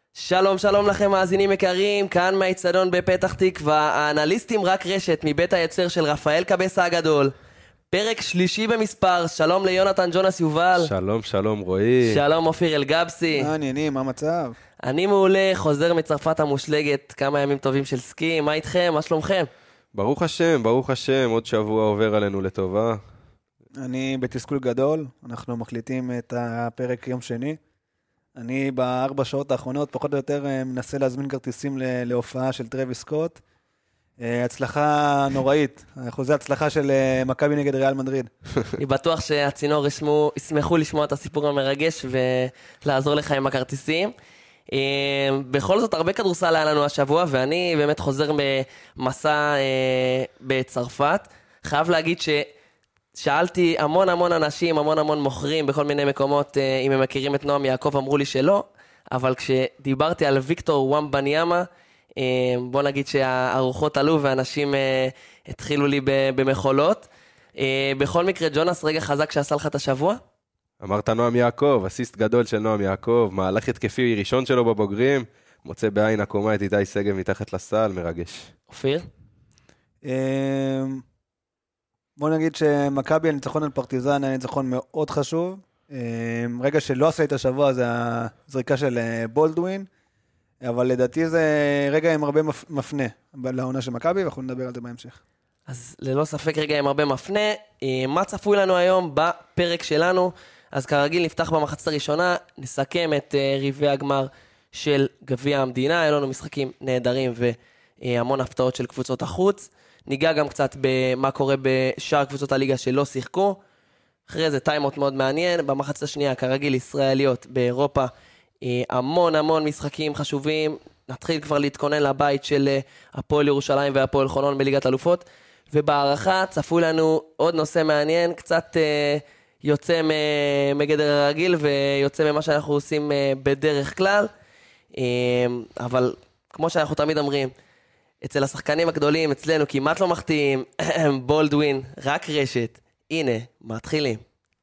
שלום שלום לכם מאזינים יקרים, כאן מהאצטדיון בפתח תקווה, האנליסטים רק רשת מבית היוצר של רפאל קבסה הגדול. פרק שלישי במספר, שלום ליונתן ג'ונס יובל. שלום שלום רועי. שלום אופיר אלגבסי. מה עניינים, מה המצב? אני מעולה, חוזר מצרפת המושלגת, כמה ימים טובים של סקי, מה איתכם, מה שלומכם? ברוך השם, עוד שבוע עובר עלינו לטובה. אני בתסכול גדול, אנחנו מקליטים את הפרק יום שני. אני ב4 שעות האחרונות פחות או יותר מנסה להזמין כרטיסים להופעה של טרוויס סקוט. הצלחה נוראית, אחוזי הצלחה של מכבי נגד ריאל מדריד. אני בטוח שהצינור ישמחו לשמוע את הסיפור המרגש ולעזור לך עם הכרטיסים. בכל זאת הרבה כדורסל היה לנו השבוע, ואני באמת חוזר במסע בצרפת. חייב להגיד ששאלתי המון אנשים, המון מוכרים בכל מיני מקומות, אם הם מכירים את נועם יעקב, אמרו לי שלא, אבל כשדיברתי על ויקטור וואמבניאמה, בוא נגיד שהארוחות עלו ואנשים התחילו לי במחולות. בכל מקרה, ג'ונס, רגע חזק שעשה לך את השבוע? אמרת נועם יעקב, אסיסט גדול של נועם יעקב, מהלך התקפי ראשון שלו בבוגרים, מוצא בעין הקומה את איתי סגב מתחת לסל, מרגש. אופיר? בוא נגיד שמכבי הניצחון על פרטיזן היה ניצחון מאוד חשוב. רגע שלא עשה את השבוע זה הזריקה של בולדווין, אבל לדעתי זה רגע עם הרבה מפנה לעונה של מכבי, ואנחנו נדבר על זה בהמשך. אז ללא ספק רגע עם הרבה מפנה. מה צפוי לנו היום בפרק שלנו? אז כרגיל נפתח במחצית הראשונה, נסכם את רבעי הגמר של גביע המדינה, היה לנו משחקים נהדרים והמון הפתעות של קבוצות החוץ. ניגע גם קצת במה קורה בשאר קבוצות הליגה שלא שיחקו. אחרי זה טיימות מאוד מעניין. במחצית השנייה, כרגיל, ישראליות באירופה, המון משחקים חשובים. נתחיל כבר להתכונן לבית של הפועל ירושלים והפועל חולון בליגת אלופות. ובהערכה צפוי לנו עוד נושא מעניין, קצת יוצא מגדר הרגיל ויוצא ממה שאנחנו עושים בדרך כלל. אבל כמו שאנחנו תמיד אומרים, אצל השחקנים הגדולים, אצלנו כמעט לא מחטיאים, בולדווין, רק רשת. הנה, מתחילים.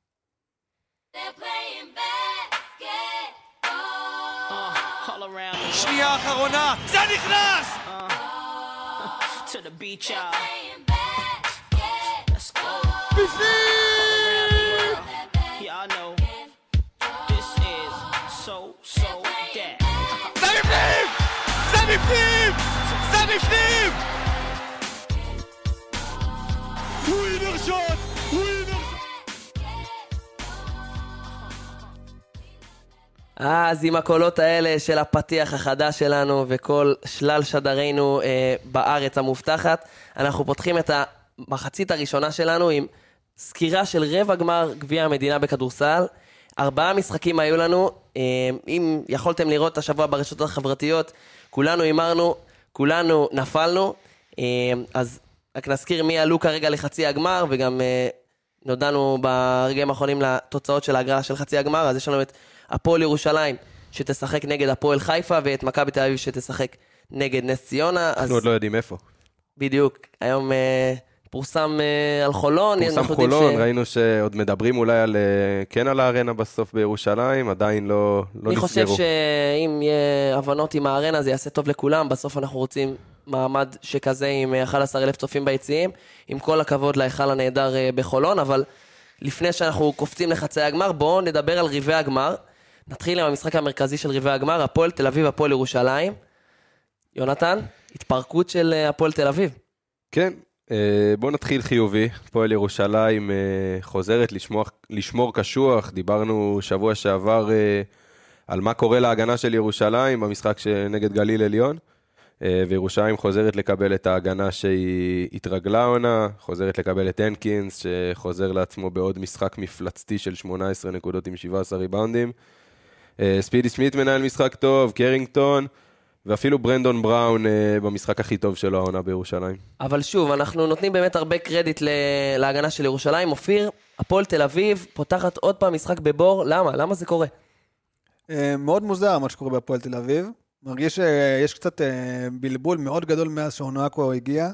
שנייה אחרונה, זה נכנס! To the beach, y'all. בפנים! Y'all know this is so that. זה בפנים! זה בפנים! זה בפנים! ווינר שוט! ווינר שוט! אז עם הקולות האלה של הפתיח החדש שלנו וכל שלל שדרינו בארץ המובטחת, אנחנו פותחים את המחצית הראשונה שלנו עם סקירה של רבע גמר גביע המדינה בכדורסל. 4 משחקים היו לנו, אם יכולתם לראות את השבוע ברשתות החברתיות, כולנו הימרנו, כולנו נפלנו, אז רק נזכיר מי עלו כרגע לחצי הגמר, וגם נודענו ברגעים האחרונים לתוצאות של ההגרלה של חצי הגמר. אז יש לנו את הפועל ירושלים שתשחק נגד הפועל חיפה, ואת מכבי תל אביב שתשחק נגד נס ציונה. אנחנו עוד לא יודעים איפה. בדיוק, היום פורסם על חולון. פורסם חולון, ראינו שעוד מדברים אולי על, כן על הארנה בסוף בירושלים, עדיין לא נסגרו. אני חושב שאם יהיה הבנות עם הארנה זה יעשה טוב לכולם, בסוף אנחנו רוצים מעמד שכזה עם 11,000 צופים ביציעים, עם כל הכבוד להיכל הנהדר בחולון. אבל לפני שאנחנו קופצים לחצי הגמר, בואו נדבר על רבעי הגמר. נתחיל עם המשחק המרכזי של רבעי הגמר, הפועל תל אביב, הפועל ירושלים. יונתן, התפרקות של הפועל תל אביב. כן, בואו נתחיל חיובי. הפועל ירושלים חוזרת לשמור קשוח. דיברנו שבוע שעבר על מה קורה להגנה של ירושלים במשחק נגד גליל עליון, וירושלים חוזרת לקבל את ההגנה שהיא התרגלה עונה, חוזרת לקבל את הנקינס שחוזר לעצמו בעוד משחק מפלצתי של 18 נקודות עם 17 ריבאונדים. ספידי סמית מנהל משחק טוב, קרינגטון, ואפילו ברנדון בראון במשחק הכי טוב שלו העונה בירושלים. אבל שוב, אנחנו נותנים באמת הרבה קרדיט להגנה של ירושלים. אופיר, הפועל תל אביב פותחת עוד פעם משחק בבור, למה? למה זה קורה? מאוד מוזר מה שקורה בהפועל תל אביב. מרגיש שיש קצת בלבול מאוד גדול מאז שאונואקו הגיע.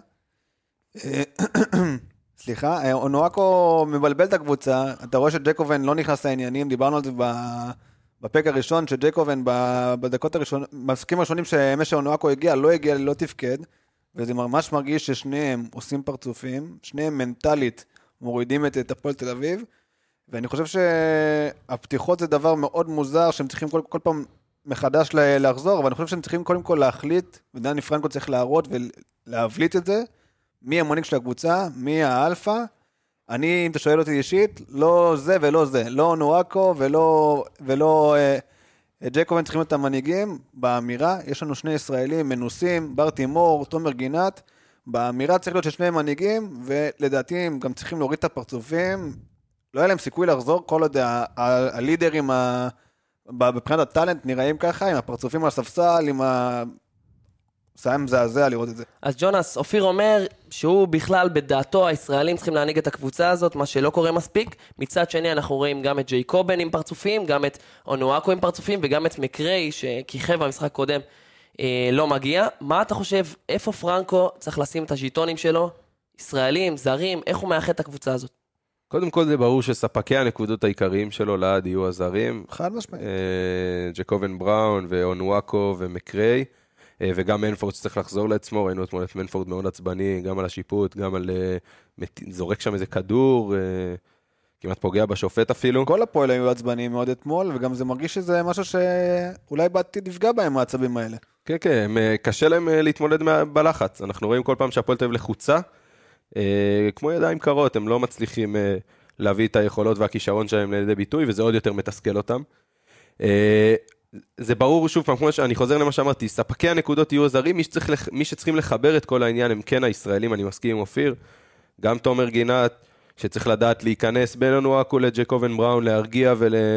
סליחה, אונואקו מבלבל את הקבוצה. אתה רואה שג'קובן לא נכנס לעניינים, דיברנו על זה בפרק הראשון שג'ייקובן בדקות הראשונות, במסכים הראשונים שמשהו אונואקו הגיע, לא תפקד, וזה ממש מרגיש ששניהם עושים פרצופים, שניהם מנטלית מורידים את הפועל תל אביב, ואני חושב שהפתיחות זה דבר מאוד מוזר, שהם צריכים כל פעם מחדש לחזור, אבל אני חושב שהם צריכים קודם כל להחליט, ודני פרנקו צריך להראות ולהבליט את זה, מי המנהיג של הקבוצה, מי האלפא, אני, אם אתה שואל אותי אישית, לא זה ולא זה, לא אונואקו ולא ג'ייקובן צריכים להיות המנהיגים, באמירה, יש לנו שני ישראלים מנוסים, בר תימור, תומר גינת, באמירה צריך להיות ששני מנהיגים, ולדעתי הם גם צריכים להוריד את הפרצופים, לא היה להם סיכוי לחזור, כל עוד הלידרים מבחינת הטלנט נראים ככה, עם הפרצופים על הספסל, עם סיים מזעזע לראות את זה. אז ג'ונס, אופיר אומר שהוא בכלל בדעתו הישראלים צריכים להנהיג את הקבוצה הזאת, מה שלא קורה מספיק. מצד שני אנחנו רואים גם את ג'ייקובן עם פרצופים, גם את אונואקו עם פרצופים, וגם את מקריי שכיכב במשחק קודם לא מגיע. מה אתה חושב, איפה פרנקו צריך לשים את הז'יטונים שלו? ישראלים, זרים, איך הוא מאחד את הקבוצה הזאת? קודם כל זה ברור שספקי הנקודות העיקריים שלו לעד יהיו הזרים. חד משמעית. ג'קובן בראון ואונואקו ומקריי. וגם מנפורד שצריך לחזור לעצמו, ראינו אתמול את מנפורד מאוד עצבני, גם על השיפוט, גם על זורק שם איזה כדור, כמעט פוגע בשופט אפילו. כל הפועל היו עצבניים מאוד אתמול, וגם זה מרגיש שזה משהו שאולי בעתיד יפגע בהם העצבים האלה. כן, כן, קשה להם להתמודד בלחץ. אנחנו רואים כל פעם שהפועל תל אביב לחוצה, כמו ידיים קרות, הם לא מצליחים להביא את היכולות והכישרון שלהם לידי ביטוי, וזה עוד יותר מתסכל אותם. זה ברור, שוב פעם, כמו שאני חוזר למה שאמרתי, ספקי הנקודות יהיו הזרים, מי שצריכים לחבר את כל העניין הם כן הישראלים, אני מסכים עם אופיר, גם תומר גינת, שצריך לדעת להיכנס בין אונואקו לג'קובן בראון, להרגיע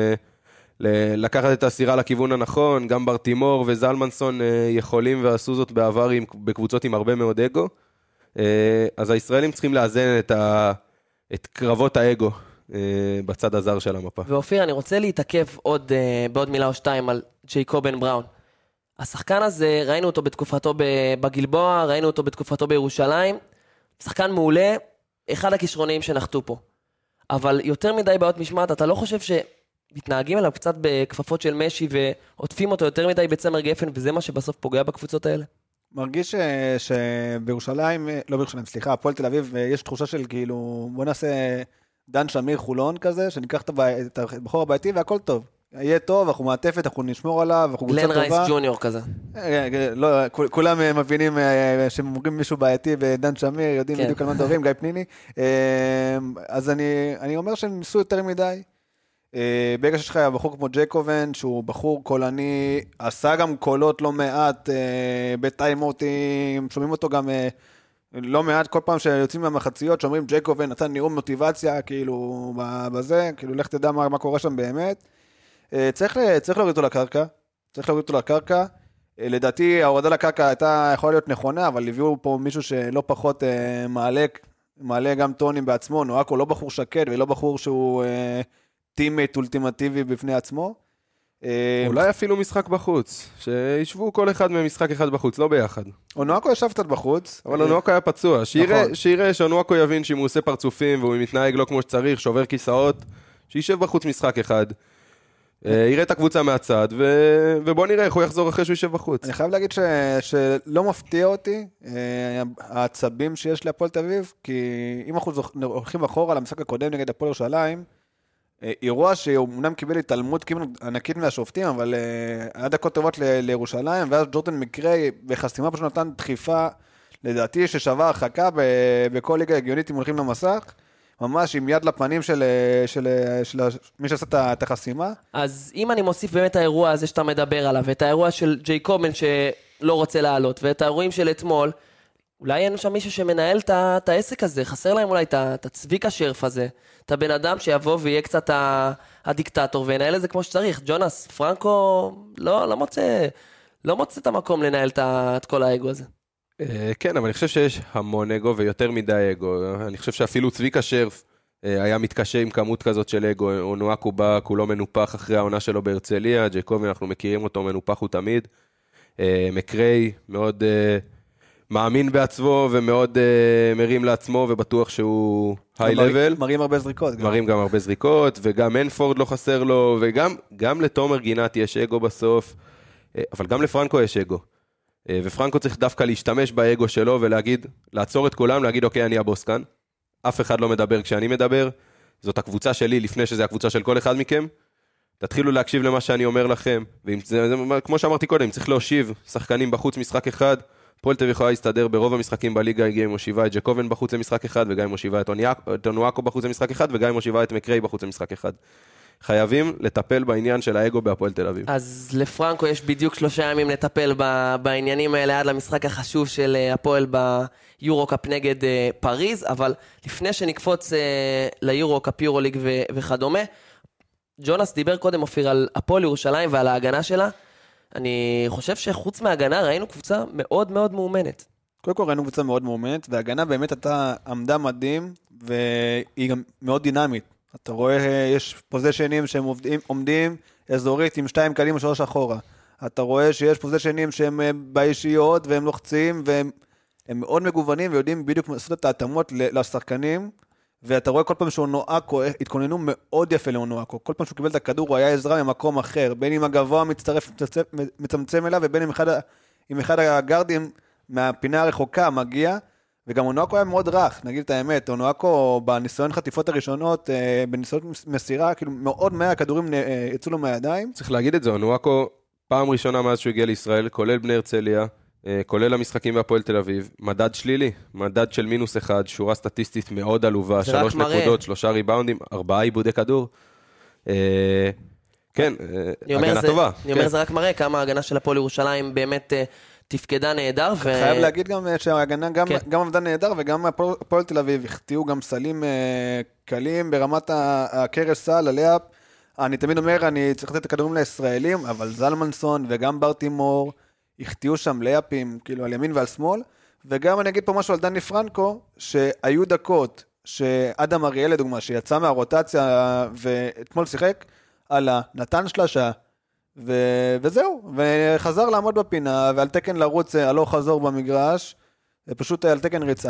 ולקחת את הסירה לכיוון הנכון, גם בר תימור וזלמנסון יכולים ועשו זאת בעבר בקבוצות עם הרבה מאוד אגו, אז הישראלים צריכים לאזן את קרבות האגו בצד הזר של המפה. ואופיר, אני רוצה להתעכב בעוד מילה או שתיים על ג'ייקובן בראון. השחקן הזה, ראינו אותו בתקופתו בגלבוע, ראינו אותו בתקופתו בירושלים, שחקן מעולה, אחד הכישרוניים שנחתו פה. אבל יותר מדי בעיות משמעת, אתה לא חושב שמתנהגים אליו קצת בכפפות של משי ועוטפים אותו יותר מדי בצמר גפן, וזה מה שבסוף פוגע בקבוצות האלה? מרגיש שבירושלים, לא בירושלים, סליחה, הפועל תל אביב, יש תחושה של כאילו, בוא נעשה דן שמיר חולון כזה, שניקח את הבחור הבעייתי והכל טוב. יהיה טוב, אנחנו מעטפת, אנחנו נשמור עליו, אנחנו קבוצה טובה. גלן רייס ג'וניור כזה. לא, כולם מבינים שמומרים מישהו בעייתי ודן שמיר, יודעים בדיוק על מה מדברים, גיא פניני. אז אני אומר שהם ניסו יותר מדי. ברגע שיש לך בחור כמו ג'ייקובן, שהוא בחור קולני, עשה גם קולות לא מעט בטיימאוטים, שומעים אותו גם לא מעט, כל פעם שיוצאים מהמחציות, שאומרים ג'ייקובן נתן נאום מוטיבציה, כאילו בזה, כאילו לך תדע מה קורה שם באמת. צריך להוריד אותו לקרקע, לדעתי ההורדה לקרקע הייתה יכולה להיות נכונה, אבל הביאו פה מישהו שלא פחות מעלה גם טונים בעצמו, נואקו לא בחור שקט ולא בחור שהוא טימייט אולטימטיבי בפני עצמו. אולי אפילו משחק בחוץ, שישבו כל אחד ממשחק אחד בחוץ, לא ביחד. אונואקו ישב קצת בחוץ. אבל אונואקו היה פצוע, שיראה שאונואקו יבין שאם הוא עושה פרצופים והוא מתנהג לא כמו שצריך, שובר כיסאות, שישב בחוץ משחק אחד, יראה את הקבוצה מהצד, ובוא נראה איך הוא יחזור אחרי שהוא ישב בחוץ. אני חייב להגיד שלא מפתיע אותי העצבים שיש להפועל תל אביב, כי אם אנחנו הולכים אחורה למשחק הקודם נגד הפועל ירושלים, אירוע שהוא אמנם קיבל התעלמות ענקית מהשופטים, אבל היה דקות טובות לירושלים, ואז ג'ורדן מקריי בחסימה פשוט נתן דחיפה, לדעתי ששווה הרחקה בכל ליגה הגיונית אם הולכים למסך, ממש עם יד לפנים של מי שעשה את החסימה. אז אם אני מוסיף באמת האירוע הזה שאתה מדבר עליו, ואת האירוע של ג'ייקובן שלא רוצה לעלות, ואת האירועים של אתמול, אולי אין שם מישהו שמנהל את העסק הזה, חסר להם אולי את הצביק השרף הזה, את הבן אדם שיבוא ויהיה קצת הדיקטטור, וינהל את זה כמו שצריך. ג'ונס, פרנקו לא מוצא את המקום לנהל את כל האגו הזה. כן, אבל אני חושב שיש המון אגו ויותר מדי אגו. אני חושב שאפילו צביקה שרף היה מתקשה עם כמות כזאת של אגו. אונואקו בא כולו מנופח אחרי העונה שלו בהרצליה, ג'ייקובן אנחנו מכירים אותו, מנופח הוא תמיד. מקריי מאוד מאמין בעצמו ומאוד מרים לעצמו ובטוח שהוא היי לבל. מראים הרבה זריקות. מראים גם הרבה זריקות, וגם אנפורד לא חסר לו, וגם לתומר גינת יש אגו בסוף, אבל גם לפרנקו יש אגו. ופרנקו צריך דווקא להשתמש באגו שלו ולהגיד, לעצור את כולם, להגיד אוקיי, אני הבוס כאן. אף אחד לא מדבר כשאני מדבר, זאת הקבוצה שלי לפני שזה הקבוצה של כל אחד מכם. תתחילו להקשיב למה שאני אומר לכם, וכמו שאמרתי קודם, צריך להושיב שחקנים בחוץ משחק אחד, הפועל תל אביב יכולה להסתדר ברוב המשחקים בליגה, הגיעה עם מושיבה את ג'קובן בחוץ למשחק אחד, וגם עם מושיבה את אונואקו בחוץ למשחק אחד, וגם עם מושיבה את מקריי בחוץ למשחק אחד. חייבים לטפל בעניין של האגו בהפועל תל אביב. אז לפרנקו יש בדיוק 3 ימים לטפל בעניינים האלה עד למשחק החשוב של הפועל ביורו-קאפ נגד פריז, אבל לפני שנקפוץ ליורו-קאפ, יורו-ליג וכדומה, ג'ונס דיבר קודם אופיר על הפועל ירושלים ועל ההגנה שלה. אני חושב שחוץ מההגנה ראינו קבוצה מאוד מאוד מאומנת. קודם כל ראינו קבוצה מאוד מאומנת, וההגנה באמת עמדה מדהים, והיא גם מאוד דינמית. אתה רואה, יש פוזיישנים שהם עומדים אזורית עם 2 קלים ו3 אחורה. אתה רואה שיש פוזיישנים שהם באישיות והם לוחצים, והם מאוד מגוונים ויודעים בדיוק לעשות את ההתאמות לשחקנים, ואתה רואה כל פעם שאונואקו, התכוננו מאוד יפה לאונואקו, כל פעם שהוא קיבל את הכדור הוא היה עזרה ממקום אחר, בין אם הגבוה מצמצם אליו, ובין אם אחד הגרדים מהפינה הרחוקה מגיע, וגם אונואקו היה מאוד רך, נגיד את האמת, אונואקו בניסיון חטיפות הראשונות, בניסיון מסירה, כאילו מאוד מהר הכדורים יצאו לו מהידיים. צריך להגיד את זה, אונואקו פעם ראשונה מאז שהוא הגיע לישראל, כולל בני הרצליה, כולל המשחקים בהפועל תל אביב, מדד שלילי, מדד של -1, שורה סטטיסטית מאוד עלובה, 3 נקודות, 3 ריבאונדים, 4 עיבודי כדור. כן, הגנה טובה. אני אומר, זה רק מראה כמה ההגנה של הפועל ירושלים באמת תפקדה נהדר. חייב להגיד גם שההגנה גם עבדה נהדר, וגם הפועל תל אביב החטיאו גם סלים קלים ברמת הקרש סל, הלאפ. אני תמיד אומר, אני צריך לתת את הכדורים לישראלים, אבל זלמנסון וגם ברטימור, החטיאו שם לאפים, כאילו על ימין ועל שמאל, וגם אני אגיד פה משהו על דני פרנקו, שהיו דקות, שאדם אריאל לדוגמה, שיצא מהרוטציה, ואתמול שיחק, נתן שלשה, וזהו, וחזר לעמוד בפינה, ועל תקן לרוץ הלוך חזור במגרש, פשוט על תקן ריצה,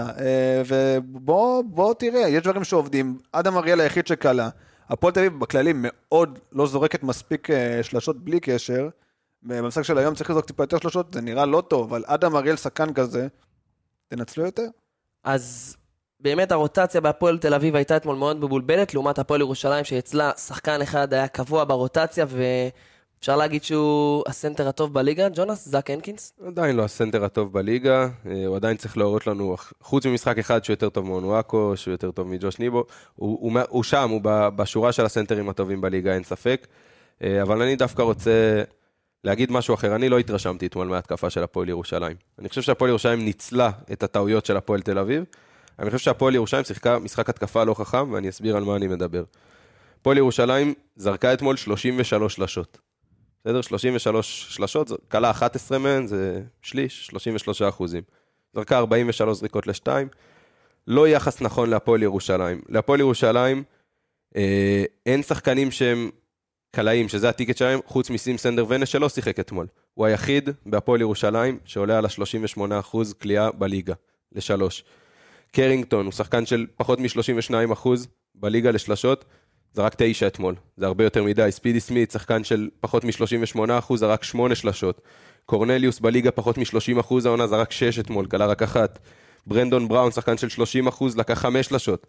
ובוא תראה, יש דברים שעובדים, אדם אריאל היחיד שקלה, הפועל תל אביב בכללי מאוד לא זורקת מספיק שלשות בלי קשר, במשחק של היום צריך לזרוק טיפה יותר שלושות, זה נראה לא טוב, אבל אדם אריאל שחקן כזה, תנצלו יותר. אז באמת הרוטציה בהפועל תל אביב הייתה אתמול מאוד מבולבלת, לעומת הפועל ירושלים שאצלה שחקן אחד היה קבוע ברוטציה, ואפשר להגיד שהוא הסנטר הטוב בליגה, ג'ונס, זק הנקינס? עדיין לא הסנטר הטוב בליגה, הוא עדיין צריך להראות לנו, חוץ ממשחק אחד שהוא יותר טוב מאונואקו, שהוא יותר טוב מג'וש ניבו, הוא שם, הוא בשורה של הסנטרים הטובים בליגה, אין ספק, אבל אני דווקא רוצה להגיד משהו אחר, אני לא התרשמתי אתמול מההתקפה של הפועל ירושלים. אני חושב שהפועל ירושלים ניצלה את הטעויות של הפועל תל אביב, אני חושב שהפועל ירושלים שיחקה משחק התקפה לא חכם, ואני אסביר על מה אני מדבר. הפועל ירושלים זרקה אתמול 33 שלשות. בסדר? 33 שלשות, קלה 11 מהן, זה שליש, 33%. זרקה 43 זריקות ל2, לא יחס נכון להפועל ירושלים. להפועל ירושלים אין שחקנים שהם קלעים, שזה הטיקט שלהם, חוץ מסים סנדר ונש שלא שיחק אתמול. הוא היחיד בהפועל ירושלים שעולה על ה-38% קליעה בליגה, ל3. קרינגטון הוא שחקן של פחות מ-32% בליגה לשלשות, זרק 9 אתמול, זה הרבה יותר מדי. ספידי סמית, שחקן של פחות מ-38%, זרק 8 שלשות. קורנליוס בליגה פחות מ-30%, העונה זרק 6 אתמול, קלה רק 1. ברנדון בראון, שחקן של 30%, לקח 5 שלשות.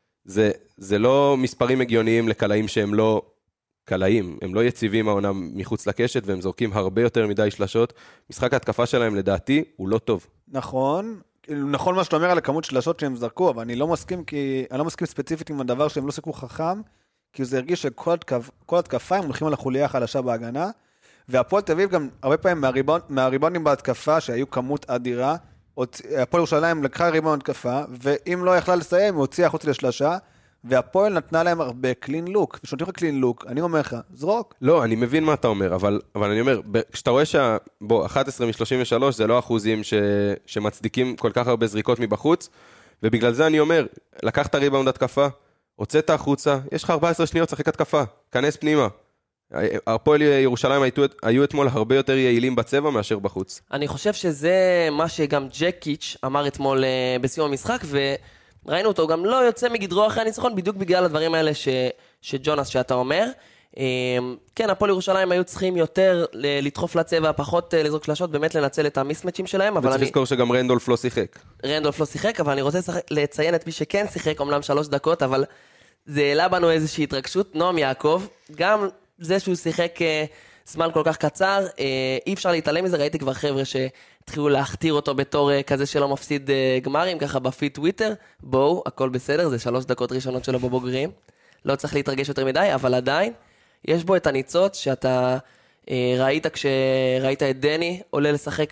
זה לא מספרים הגיוניים לקלעים שהם לא קלעים, הם לא יציבים העונה מחוץ לקשת, והם זורקים הרבה יותר מדי שלשות. משחק ההתקפה שלהם לדעתי הוא לא טוב. נכון, נכון מה שאתה אומר על הכמות שלשות שהם זרקו, אבל אני לא מסכים ספציפית עם הדבר שהם לא סיכו חכם, כי זה הרגיש שכל התקפה הם הולכים על החוליה החלשה בהגנה, והפועל תל אביב גם הרבה פעמים מהריבאונדים בהתקפה, שהיו כמות אדירה, הפועל ירושלים לקחה ריבאונד התקפה, ואם לא יכלה לסיים, היא הוציאה חוץ לשלשה, והפועל נתנה להם הרבה קלין לוק, ושנותיך קלין לוק, אני אומר לך, זרוק. לא, אני מבין מה אתה אומר, אבל אני אומר, כשאתה רואה 11 מ-33 זה לא אחוזים שמצדיקים כל כך הרבה זריקות מבחוץ, ובגלל זה אני אומר, לקחת ריבאונד התקפה, הוצאת החוצה, יש לך 14 שניות, שחק התקפה, כנס פנימה. הפועל ירושלים היו אתמול הרבה יותר יעילים בצבע מאשר בחוץ. אני חושב שזה מה שגם ג'קיץ' אמר אתמול בסיום המשחק, וראינו אותו גם לא יוצא מגדרו אחרי הניצחון, בדיוק בגלל הדברים האלה שג'ונס שאתה אומר. כן, הפועל ירושלים היו צריכים יותר לדחוף לצבע, פחות לזרוק שלשות, באמת לנצל את המיסמצ'ים שלהם. וצריך לזכור שגם רנדולף לא שיחק. רנדולף לא שיחק, אבל אני רוצה לציין את מי שכן שיחק, אומנם 3 דקות, אבל זה העלה בנו איזושהי התרגשות. נועם יעקב, גם זה שהוא שיחק זמן כל כך קצר, אי אפשר להתעלם מזה, ראיתי כבר חבר'ה שהתחילו להכתיר אותו בתור כזה שלא מפסיד גמרים, ככה בפיד טוויטר, בואו, הכל בסדר, זה 3 דקות ראשונות שלו בבוגרים, לא צריך להתרגש יותר מדי, אבל עדיין, יש בו את הניצוץ שאתה ראית כשראית את דני עולה לשחק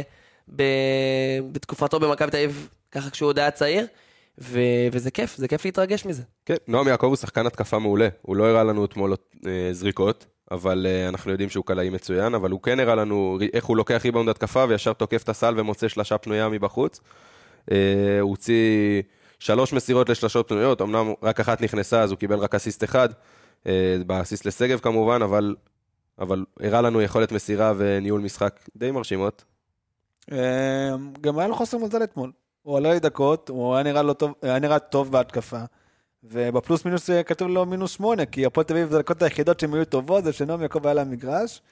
בתקופתו במכבי תל אביב, ככה כשהוא עוד היה צעיר, וזה כיף, זה כיף להתרגש מזה. כן, נועם יעקב הוא שחקן התקפה מעולה, הוא לא הראה לנו אתמול זריקות, אבל אנחנו יודעים שהוא קלעי מצוין, אבל הוא כן הראה לנו איך הוא לוקח ריבאונד התקפה, וישר תוקף את הסל ומוצא שלשה פנויה מבחוץ. הוא הוציא 3 מסירות לשלשות פנויות, אמנם רק אחת נכנסה, אז הוא קיבל רק אסיסט אחד, באסיסט לסגב כמובן, אבל הראה לנו יכולת מסירה וניהול משחק די מרשימות. גם היה לו חוסר מזל אתמול. הוא עלה לי דקות, הוא היה נראה טוב בהתקפה, ובפלוס מינוס כתוב לו -8, כי הפועל תל אביב זה הדקות היחידות שהן היו טובות, זה שנועם יעקב היה למגרש,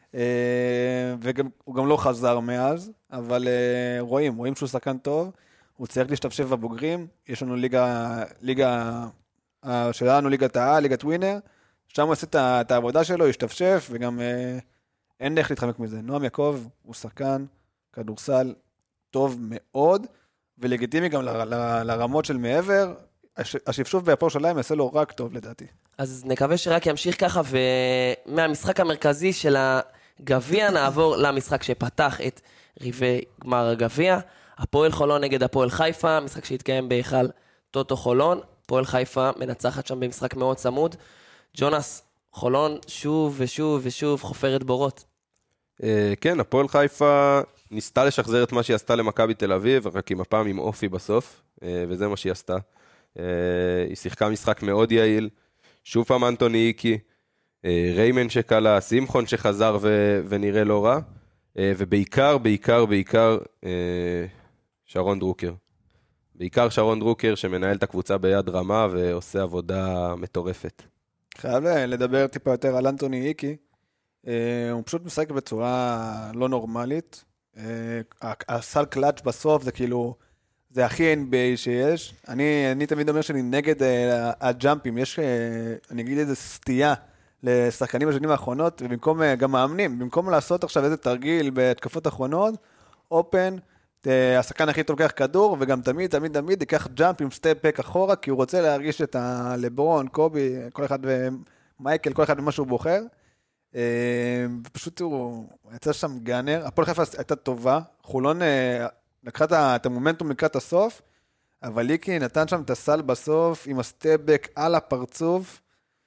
והוא גם לא חזר מאז, אבל רואים שהוא שחקן טוב, הוא צריך להשתפשף בבוגרים, יש לנו ליגה שלנו, ליגת העל, ליגת ווינר, שם הוא עושה את העבודה שלו, ישתפשף, וגם אין דרך להתחמק מזה. נועם יעקב הוא שחקן כדורסל טוב מאוד, ולגיטימי גם לרמות של מעבר, השפשוף בהפועל ירושלים יעשה לו רק טוב לדעתי. אז נקווה שרק ימשיך ככה, ומהמשחק המרכזי של הגביע נעבור למשחק שפתח את ריבי גמר הגביע, הפועל חולון נגד הפועל חיפה, משחק שהתקיים בהיכל טוטו חולון, הפועל חיפה מנצחת שם במשחק מאוד צמוד. ג'ונס, חולון שוב ושוב ושוב חופרת בורות. כן, הפועל חיפה ניסתה לשחזר את מה שהיא עשתה למכבי תל אביב, רק עם הפעם עם אופי בסוף, וזה מה שהיא עשתה. היא שיחקה משחק מאוד יעיל, שוב פעם אנטוני איקי, ריימן שקלה, שמחון שחזר ונראה לא רע, ובעיקר, בעיקר, שרון דרוקר. בעיקר שרון דרוקר שמנהל את הקבוצה ביד רמה ועושה עבודה מטורפת. חייב לדבר טיפה יותר על אנטוני איקי, הוא פשוט משחק בצורה לא נורמלית, הסל קלאץ' בסוף זה כאילו, זה הכי NBA שיש, אני תמיד אומר שאני נגד הג'אמפים, יש, אני אגיד איזה סטייה לשחקנים בשנים האחרונות, ובמקום גם מאמנים, במקום לעשות עכשיו איזה תרגיל בתקפות האחרונות, אופן, השחקן הכי טוב לקח כדור, וגם תמיד ייקח ג'אמפ עם סטפ-בק אחורה, כי הוא רוצה להרגיש את הלברון, קובי, כל אחד ומייקל, כל אחד במה שהוא בוחר, ופשוט הוא יצא שם גאנר, הפועל חיפה הייתה טובה, חולון לקחה את המומנטום לקראת הסוף, אבל ליקי נתן שם את הסל בסוף, עם הסטפ-בק על הפרצוף,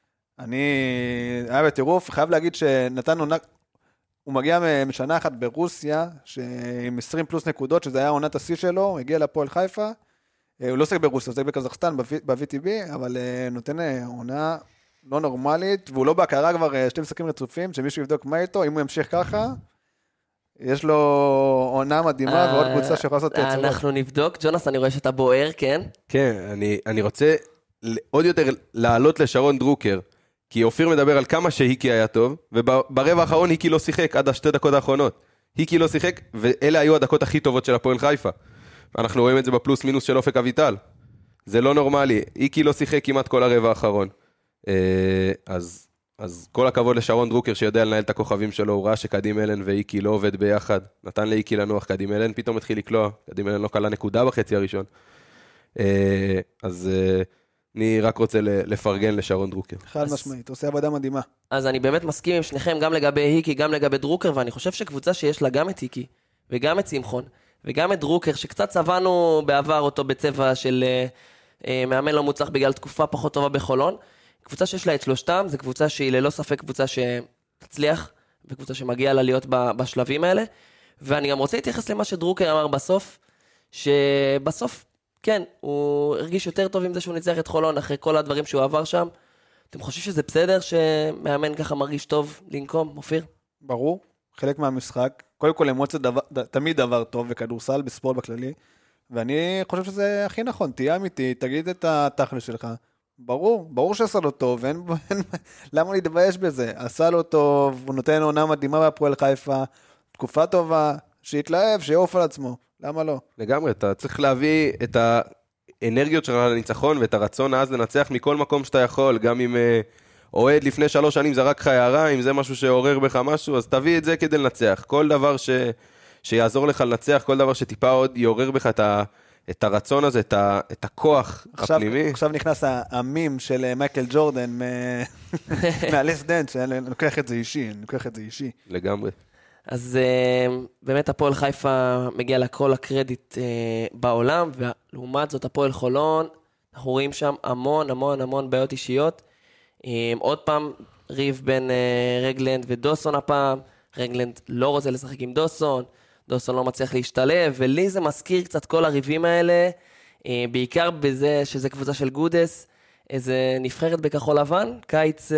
היה בטירוף, חייב להגיד שנתן עונה, הוא מגיע משנה אחת ברוסיה, עם 20 פלוס נקודות, שזה היה עונת השיא שלו, הוא הגיע לפועל חיפה, הוא לא עוסק ברוסיה, הוא עוסק בקזחסטן, ב-VTB, אבל נותן עונה לא נורמלית, והוא לא בהכרה כבר 2 משחקים רצופים, שמישהו יבדוק מה איתו, אם הוא ימשיך ככה, יש לו עונה מדהימה, ועוד קבוצה שיכולה לעשות תצורות. אנחנו נבדוק, ג'ונס, אני רואה שאתה בוער, כן? כן, אני רוצה עוד יותר לעלות לשרון דרוקר, כי אופיר מדבר על כמה שהיקי היה טוב, וברבע האחרון היקי לא שיחק עד 2 דקות האחרונות. היקי לא שיחק, ואלה היו הדקות הכי טובות של הפועל חיפה. אנחנו רואים את זה בפלוס מינוס של אופק אביטל. זה לא נורמלי, היקי לא שיחק כמעט כל הרבע האחרון. אז כל הכבוד לשרון דרוקר שיודע לנהל את הכוכבים שלו, הוא ראה שקדים אלן ואיקי לא עובד ביחד. נתן לאיקי לנוח, קדים אלן פתאום התחיל לקלוע, קדים אלן לא קלה נקודה בחצי הראשון. אז אני רק רוצה לפרגן לשרון דרוקר. חד משמעית, עושה עבודה מדהימה. אז אני באמת מסכים עם שניכם, גם לגבי היקי, גם לגבי דרוקר, ואני חושב שקבוצה שיש לה גם את היקי, וגם את שמחון, וגם את דרוקר, שקצת צבענו בעבר אותו בצבע של מאמן לא מוצלח בגלל תקופה פחות טובה בחולון, קבוצה שיש לה את שלושתם, זו קבוצה שהיא ללא ספק קבוצה שתצליח, וקבוצה שמגיעה לה להיות בשלבים האלה, ואני גם רוצה להתייחס למה שדרוקר אמר בסוף, שבסוף, כן, הוא הרגיש יותר טוב עם זה שהוא ניצח את חולון, אחרי כל הדברים שהוא עבר שם, אתם חושבים שזה בסדר שמאמן ככה מרגיש טוב לנקום, אופיר? ברור, חלק מהמשחק. קודם כל אמוציות תמיד דבר טוב בכדורסל, בספורט בכללי, ואני חושב שזה הכי נכון, תהיה אמיתי, תגיד את התכל'ס שלך. ברור שעשה לו טוב, למה להתבייש בזה? עשה לו טוב, הוא נותן עונה מדהימה בהפועל חיפה, תקופה טובה, שיתלהב, שיעוף על עצמו, למה לא? לגמרי, אתה צריך להביא את האנרגיות שלך לניצחון ואת הרצון אז לנצח מכל מקום שאתה יכול, גם אם אוהד לפני 3 שנים זרק לך הערה, אם זה משהו שעורר בך משהו, אז תביא את זה כדי לנצח. כל דבר שיעזור לך לנצח, כל דבר שטיפה עוד יעורר בך את הרצון הזה, את הכוח הפנימי. עכשיו נכנס המים של מייקל ג'ורדן מהלס דנס, אני לוקח את זה אישי. לגמרי. אז באמת הפועל חיפה מגיע לכל הקרדיט בעולם, ולעומת זאת הפועל חולון, אנחנו רואים שם המון בעיות אישיות. עוד פעם ריב בין רגלנד ודוסון הפעם, רגלנד לא רוצה לשחק עם דוסון לא מצליח להשתלב, ולי זה מזכיר קצת כל הריבים האלה, בעיקר בזה שזה קבוצה של גודס, איזה נבחרת בכחול לבן, קיץ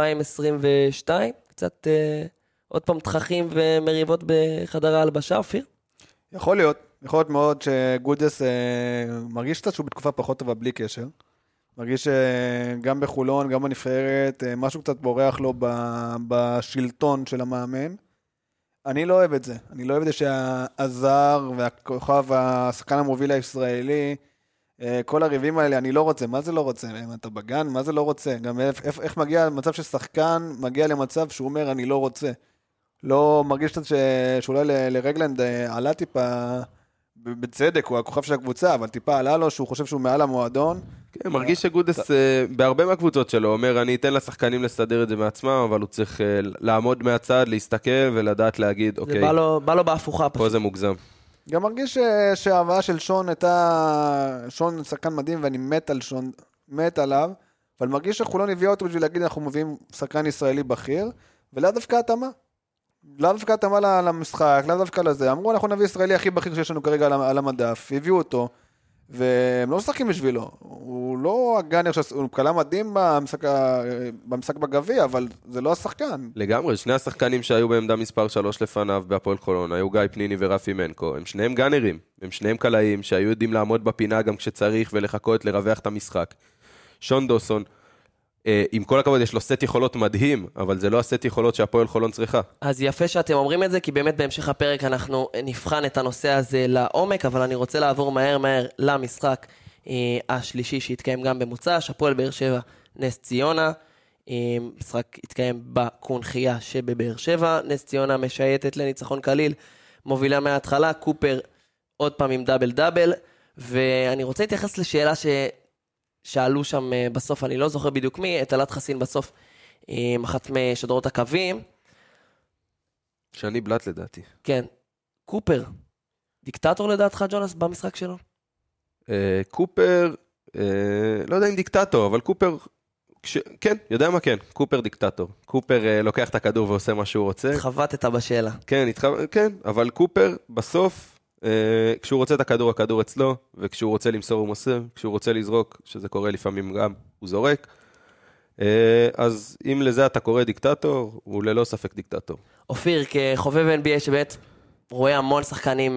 2022, קצת עוד פעם תככים ומריבות בחדר ההלבשה, אופיר? יכול להיות מאוד שגודס מרגיש קצת שהוא בתקופה פחות טובה בלי קשר, מרגיש שגם בחולון, גם בנבחרת, משהו קצת בורח לו בשלטון של המאמן. אני לא אוהב את זה. אני לא אוהב את זה שהזר והכוכב והשחקן המוביל הישראלי, כל הריבים האלה, אני לא רוצה. מה זה לא רוצה? אתה בגן? מה זה לא רוצה? גם איך מגיע למצב ששחקן מגיע למצב שהוא אומר אני לא רוצה. לא מרגיש קצת שאולי לרגלנד עלה טיפה בצדק, הוא הכוכב של הקבוצה, אבל טיפה עלה לו שהוא חושב שהוא מעל המועדון. כן, מרגיש שגודס בהרבה מהקבוצות שלו אומר, אני אתן לשחקנים לסדר את זה מעצמם, אבל הוא צריך לעמוד מהצד, להסתכל ולדעת להגיד, אוקיי. זה בא לו בהפוכה פשוט. פה זה מוגזם. גם מרגיש שההבאה של שון הייתה, שון שחקן מדהים ואני מת עליו, אבל מרגיש שחולון הביאה אותו בשביל להגיד, אנחנו מביאים שחקן ישראלי בכיר, ולא דווקא התאמה למשחק, לא דווקא לזה. אמרו, אנחנו נביא ישראלי הכי בכיר שיש לנו כרגע על המדף, הביאו אותו, והם לא משחקים בשבילו. הוא לא הגנר, הוא קלה מדהים במשחק בגביע, אבל זה לא השחקן. לגמרי, שני השחקנים שהיו בעמדה מספר 3 לפניו בהפועל חולון, היו גיא פניני ורפי מנקו, הם שניהם גנרים, הם שניהם קלעים, שהיו יודעים לעמוד בפינה גם כשצריך ולחכות לרווח את המשחק. שון דוסון, עם כל הכבוד יש לו סט יכולות מדהים, אבל זה לא הסט יכולות שהפועל חולון צריכה. אז יפה שאתם אומרים את זה, כי באמת בהמשך הפרק אנחנו נבחן את הנושא הזה לעומק, אבל אני רוצה לעבור מהר למשחק השלישי שהתקיים גם במוצ"ש, הפועל באר שבע נס ציונה, משחק התקיים בקונחייה שבבאר שבע, נס ציונה משייטת לניצחון קליל, מובילה מההתחלה, קופר עוד פעם עם דאבל, ואני רוצה להתייחס לשאלה שאלו שם בסוף, אני לא זוכר בדיוק מי, את אלת חסין בסוף, אחת משדרות הקווים. שאני בלט לדעתי. כן. קופר, דיקטטור לדעתך ג'ונס במשחק שלו? קופר, לא יודע אם דיקטטור, אבל קופר, כן, יודע מה כן, קופר דיקטטור. קופר לוקח את הכדור ועושה מה שהוא רוצה. התחבטת בשאלה. כן, אבל קופר בסוף, כשהוא רוצה את הכדור, הכדור אצלו, וכשהוא רוצה למסור הוא מוסר, כשהוא רוצה לזרוק, שזה קורה לפעמים גם, הוא זורק. אז אם לזה אתה קורא דיקטטור, הוא ללא ספק דיקטטור. אופיר, כחובב NBA שבאמת רואה המון שחקנים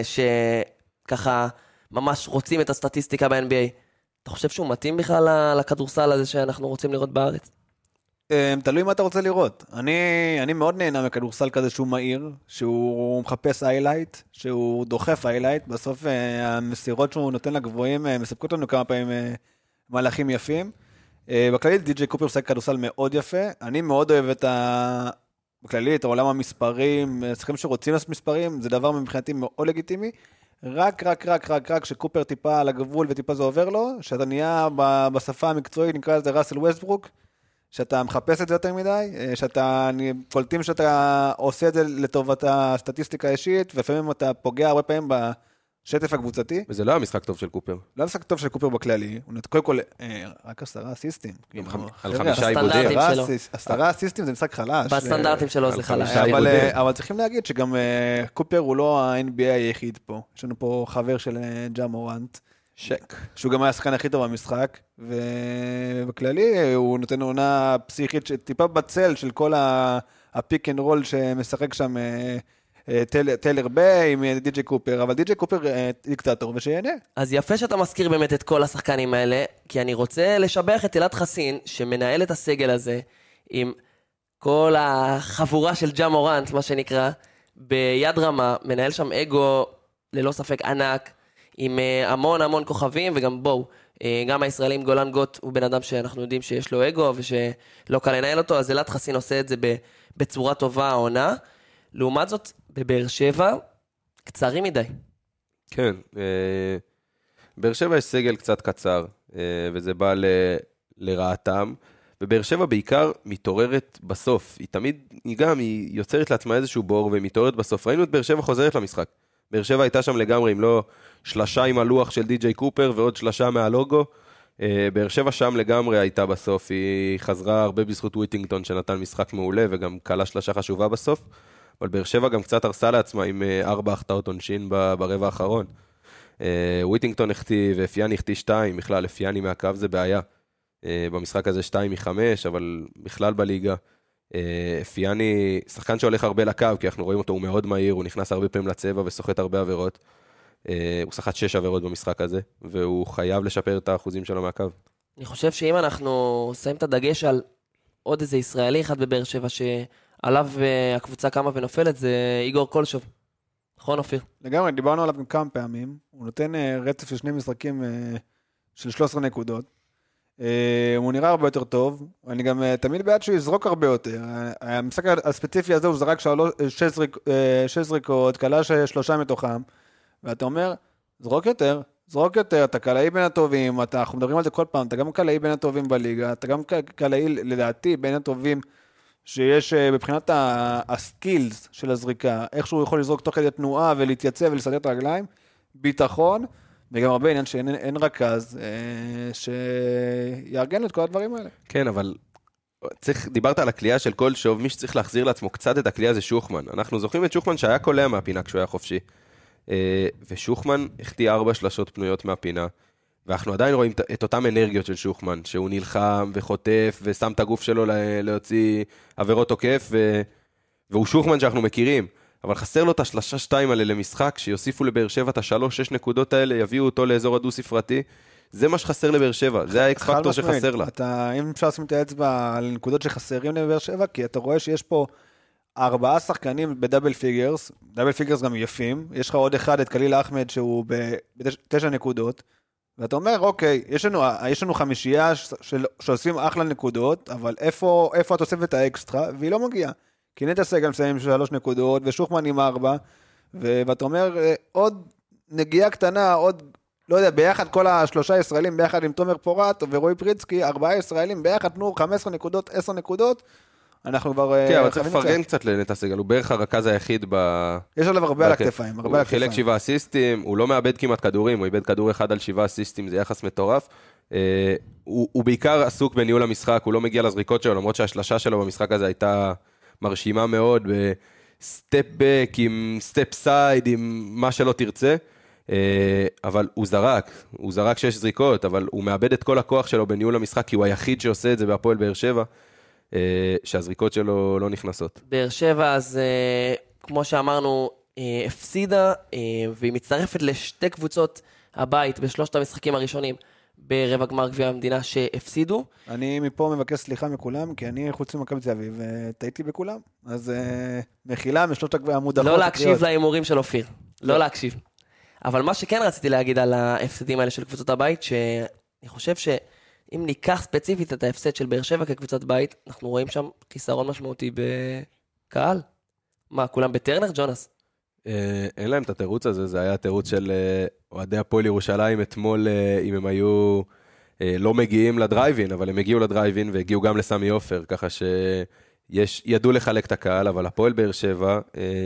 שככה ממש רוצים את הסטטיסטיקה ב-NBA, אתה חושב שהוא מתאים בכלל לכדורסל הזה שאנחנו רוצים לראות בארץ? תלוי מה אתה רוצה לראות. אני מאוד נהנה מכדורסל כזה שהוא מהיר, שהוא מחפש איילייט, שהוא דוחף איילייט, בסוף המסירות שהוא נותן לגבוהים מספקות לנו כמה פעמים מהלכים יפים. בכללית די.ג'יי קופר משחק כדורסל מאוד יפה, אני מאוד אוהב בכללית, העולם המספרים, שחקנים שרוצים לעשות מספרים, זה דבר מבחינתי מאוד לגיטימי, רק שקופר טיפה על הגבול וטיפה זה עובר לו, שאתה נהיה בשפה המקצועית, נקרא לזה ראסל ווסטברוק, שאתה מחפש את זה יותר מדי, שאתה קולטים שאתה עושה את זה לטובת הסטטיסטיקה האישית, ולפעמים אתה פוגע הרבה פעמים בשטף הקבוצתי. וזה לא היה משחק טוב של קופר. לא משחק טוב של קופר בכללי, הוא קודם כל רק 10 אסיסטים. על 5 עיבודים. 10 אסיסטים זה משחק חלש. בסטנדרטים שלו זה חלש. אבל צריכים להגיד שגם קופר הוא לא ה-NBA היחיד פה. יש לנו פה חבר של ג'ה מורנט, שק. שהוא גם היה השחקן הכי טוב במשחק, ובכללי הוא נותן עונה פסיכית שטיפה בצל של כל הפיק אנד רול שמשחק שם טיילר ביי עם די.ג'יי קופר, אבל די.ג'יי קופר דיקטטור ושיהנה. אז יפה שאתה מזכיר באמת את כל השחקנים האלה, כי אני רוצה לשבח את אלעד חסין, שמנהל את הסגל הזה, עם כל החבורה של ג'ה מורנט, מה שנקרא, ביד רמה, מנהל שם אגו ללא ספק ענק, עם המון המון כוכבים, וגם בואו, גם הישראלים גולן גוט הוא בן אדם שאנחנו יודעים שיש לו אגו, ושלא קל לנהל אותו, אז אלעד חסין עושה את זה בצורה טובה העונה. לעומת זאת, בבאר שבע, קצרים מדי. כן, באר שבע יש סגל קצת קצר, וזה בא לרעתם, ובאר שבע בעיקר מתעוררת בסוף, היא יוצרת לעצמה איזשהו בור, והיא מתעוררת בסוף. ראינו את באר שבע חוזרת למשחק. באר שבע הייתה שם לגמרי, אם לא שלשה עם הלוח של די.ג'יי קופר, ועוד שלשה מהלוגו. באר שבע שם לגמרי הייתה בסוף, היא חזרה הרבה בזכות וויטינגטון, שנתן משחק מעולה, וגם קלה שלשה חשובה בסוף. אבל באר שבע גם קצת הרסה לעצמה עם 4 החטאות עונשין ברבע האחרון. וויטינגטון החטיא ואפיאני החטיא 2, בכלל אפיאני מהקו זה בעיה. במשחק הזה 2 מ-5, אבל בכלל בליגה. אפיאני, שחקן שהולך הרבה לקו, כי אנחנו רואים אותו, הוא מאוד מהיר, הוא נכנס הרבה פעמים לצבע וסוחט הרבה עבירות. הוא שחט 6 עבירות במשחק הזה, והוא חייב לשפר את האחוזים שלו מהקו. אני חושב שאם אנחנו שמים את הדגש על עוד איזה ישראלי אחד בבאר שבע, שעליו הקבוצה קמה ונופלת, זה איגור קולשוב. נכון, אופיר? לגמרי, דיברנו עליו כמה פעמים, הוא נותן רצף של 2 משחקים של 13 נקודות, הוא נראה הרבה יותר טוב, אני גם תמיד בעד שהוא יזרוק הרבה יותר, המשחק הספציפי הזה הוא זרק 6 זריקות, קלה 3 מתוכם, ואתה אומר, זרוק יותר, אתה קלעי בין הטובים, אנחנו מדברים על זה כל פעם, אתה גם קלעי בין הטובים בליגה, אתה גם קלעי לדעתי בין הטובים שיש מבחינת הסקילס של הזריקה, איך שהוא יכול לזרוק תוך כדי תנועה ולהתייצב ולסדר את הרגליים, ביטחון, וגם הרבה עניין שאין רכז שיארגן את כל הדברים האלה. כן, אבל דיברת על הקליעה של קולשוב, מי שצריך להחזיר לעצמו קצת את הקליעה זה שוחמן. אנחנו זוכרים את שוחמן שהיה קולע מהפינה כשהוא היה חופשי. ושוחמן החטיא 4 שלשות פנויות מהפינה, ואנחנו עדיין רואים את אותם אנרגיות של שוחמן, שהוא נלחם וחוטף ושם את הגוף שלו להוציא עבירות תוקף, והוא שוחמן שאנחנו מכירים, אבל חסר לו את השלשה 2 האלה למשחק, שיוסיפו לבאר שבע את 3-6 נקודות האלה, יביאו אותו לאזור הדו-ספרתי, זה מה שחסר לבאר שבע, זה האקס פקטור שחסר לה. אם אפשר לשים את האצבע על נקודות שחסרים לבאר שבע, כי אתה רואה שיש פה 4 שחקנים בדאבל פיגרס, דאבל פיגרס גם יפים, יש לך עוד אחד, את קליל אחמד, שהוא ב9 נקודות, ואתה אומר, אוקיי, יש לנו 5 שעושים אחלה נקודות, אבל איפה התוספת האקסטרה, והיא לא מגיעה. כי נטע סגל מסיים עם 3 נקודות, ושוחמן עם 4, ואתה אומר, עוד נגיעה קטנה, עוד, לא יודע, ביחד כל 3 ישראלים, ביחד עם תומר פורט ורועי פריצקי, 4 ישראלים, ביחד תנו 15 נקודות, 10 נקודות, אנחנו כבר... כן, אבל צריך לפרגן קצת לנטע סגל, הוא בערך הרכז היחיד יש עליו הרבה על הכתפיים, הוא חילק 7 אסיסטים, הוא לא מאבד כמעט כדורים, הוא איבד כדור אחד על 7 אסיסטים, זה יחס מטורף. הוא בעיקר עסוק בניהול המשחק, הוא לא מגיע לזריקות שלו, למרות שהשלשה שלו במשחק הזה הייתה מרשימה מאוד, בסטפ בק, עם סטפ סייד, עם מה שלא תרצה, אבל הוא זרק 6 זריקות, אבל הוא מאבד את כל הכוח שלו בניהול המשחק, כי הוא היחיד שעושה את זה בהפועל באר שבע, שהזריקות שלו לא נכנסות. באר שבע, אז כמו שאמרנו, הפסידה, והיא מצטרפת לשתי קבוצות הבית בשלושת המשחקים הראשונים ברבע גמר גביע המדינה שהפסידו. אני מפה מבקש סליחה מכולם, כי אני חוץ ממכבי תל אביב, טעיתי בכולם. אז מחילה משלושת המודחות. לא להקשיב להימורים של אופיר, לא להקשיב. אבל מה שכן רציתי להגיד על ההפסדים האלה של קבוצות הבית, שאני חושב אם ניקח ספציפית את ההפסד של באר שבע כקבוצת בית, אנחנו רואים שם חיסרון משמעותי בקהל. מה, כולם בטרנר, ג'ונס? אין להם את התירוץ הזה, זה היה התירוץ של אוהדי הפועל ירושלים אתמול, אם הם היו לא מגיעים לדרייבין, אבל הם הגיעו לדרייבין והגיעו גם לסמי עופר, ככה שידעו לחלק את הקהל, אבל הפועל באר שבע,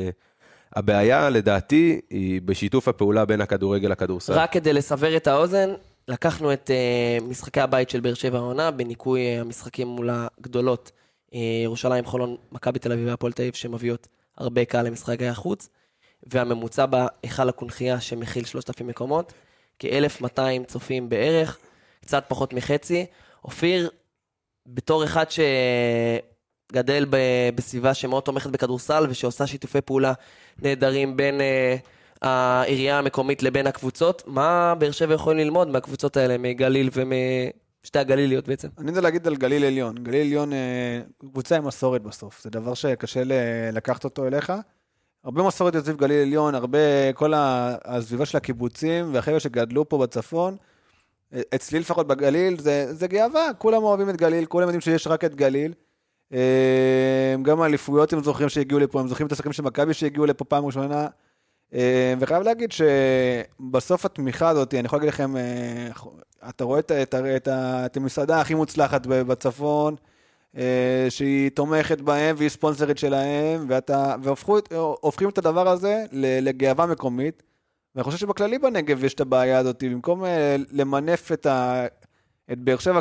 הבעיה לדעתי היא בשיתוף הפעולה בין הכדורגל לכדורסל. רק כדי לסבר את האוזן, לקחנו את משחקי הבית של באר שבע העונה, בניקוי המשחקים מול הגדולות, ירושלים, חולון, מכבי תל אביב והפועל תל אביב, שמביאות הרבה קהל למשחקי החוץ, והממוצע בהיכל הקונחייה שמכיל 3,000 מקומות, כ-1,200 צופים בערך, קצת פחות מחצי. אופיר, בתור אחד שגדל בסביבה שמאוד תומכת בכדורסל, ושעושה שיתופי פעולה נהדרים בין העירייה המקומית לבין הקבוצות, מה באר שבע יכולים ללמוד מהקבוצות האלה, מגליל שתי הגליליות בעצם? אני יודע להגיד על גליל עליון. גליל עליון, קבוצה עם מסורת בסוף. זה דבר שקשה לקחת אותו אליך. הרבה מסורת יוצאים גליל עליון, הרבה, כל הסביבה של הקיבוצים, והחבר'ה שגדלו פה בצפון, אצלי לפחות בגליל, זה גאווה. כולם אוהבים את גליל, כולם יודעים שיש רק את גליל. גם האליפויות הם זוכרים שהגיעו לפה, הם זוכרים את השחקנים של מכבי שהגיעו לפה פעם ראשונה. וחייב להגיד שבסוף התמיכה הזאת, אני יכול להגיד לכם, אתה רואה את המסעדה הכי מוצלחת בצפון, שהיא תומכת בהם והיא ספונסרית שלהם, והופכים את הדבר הזה לגאווה מקומית. ואני חושב שבכללי בנגב יש את הבעיה הזאת, במקום למנף את באר שבע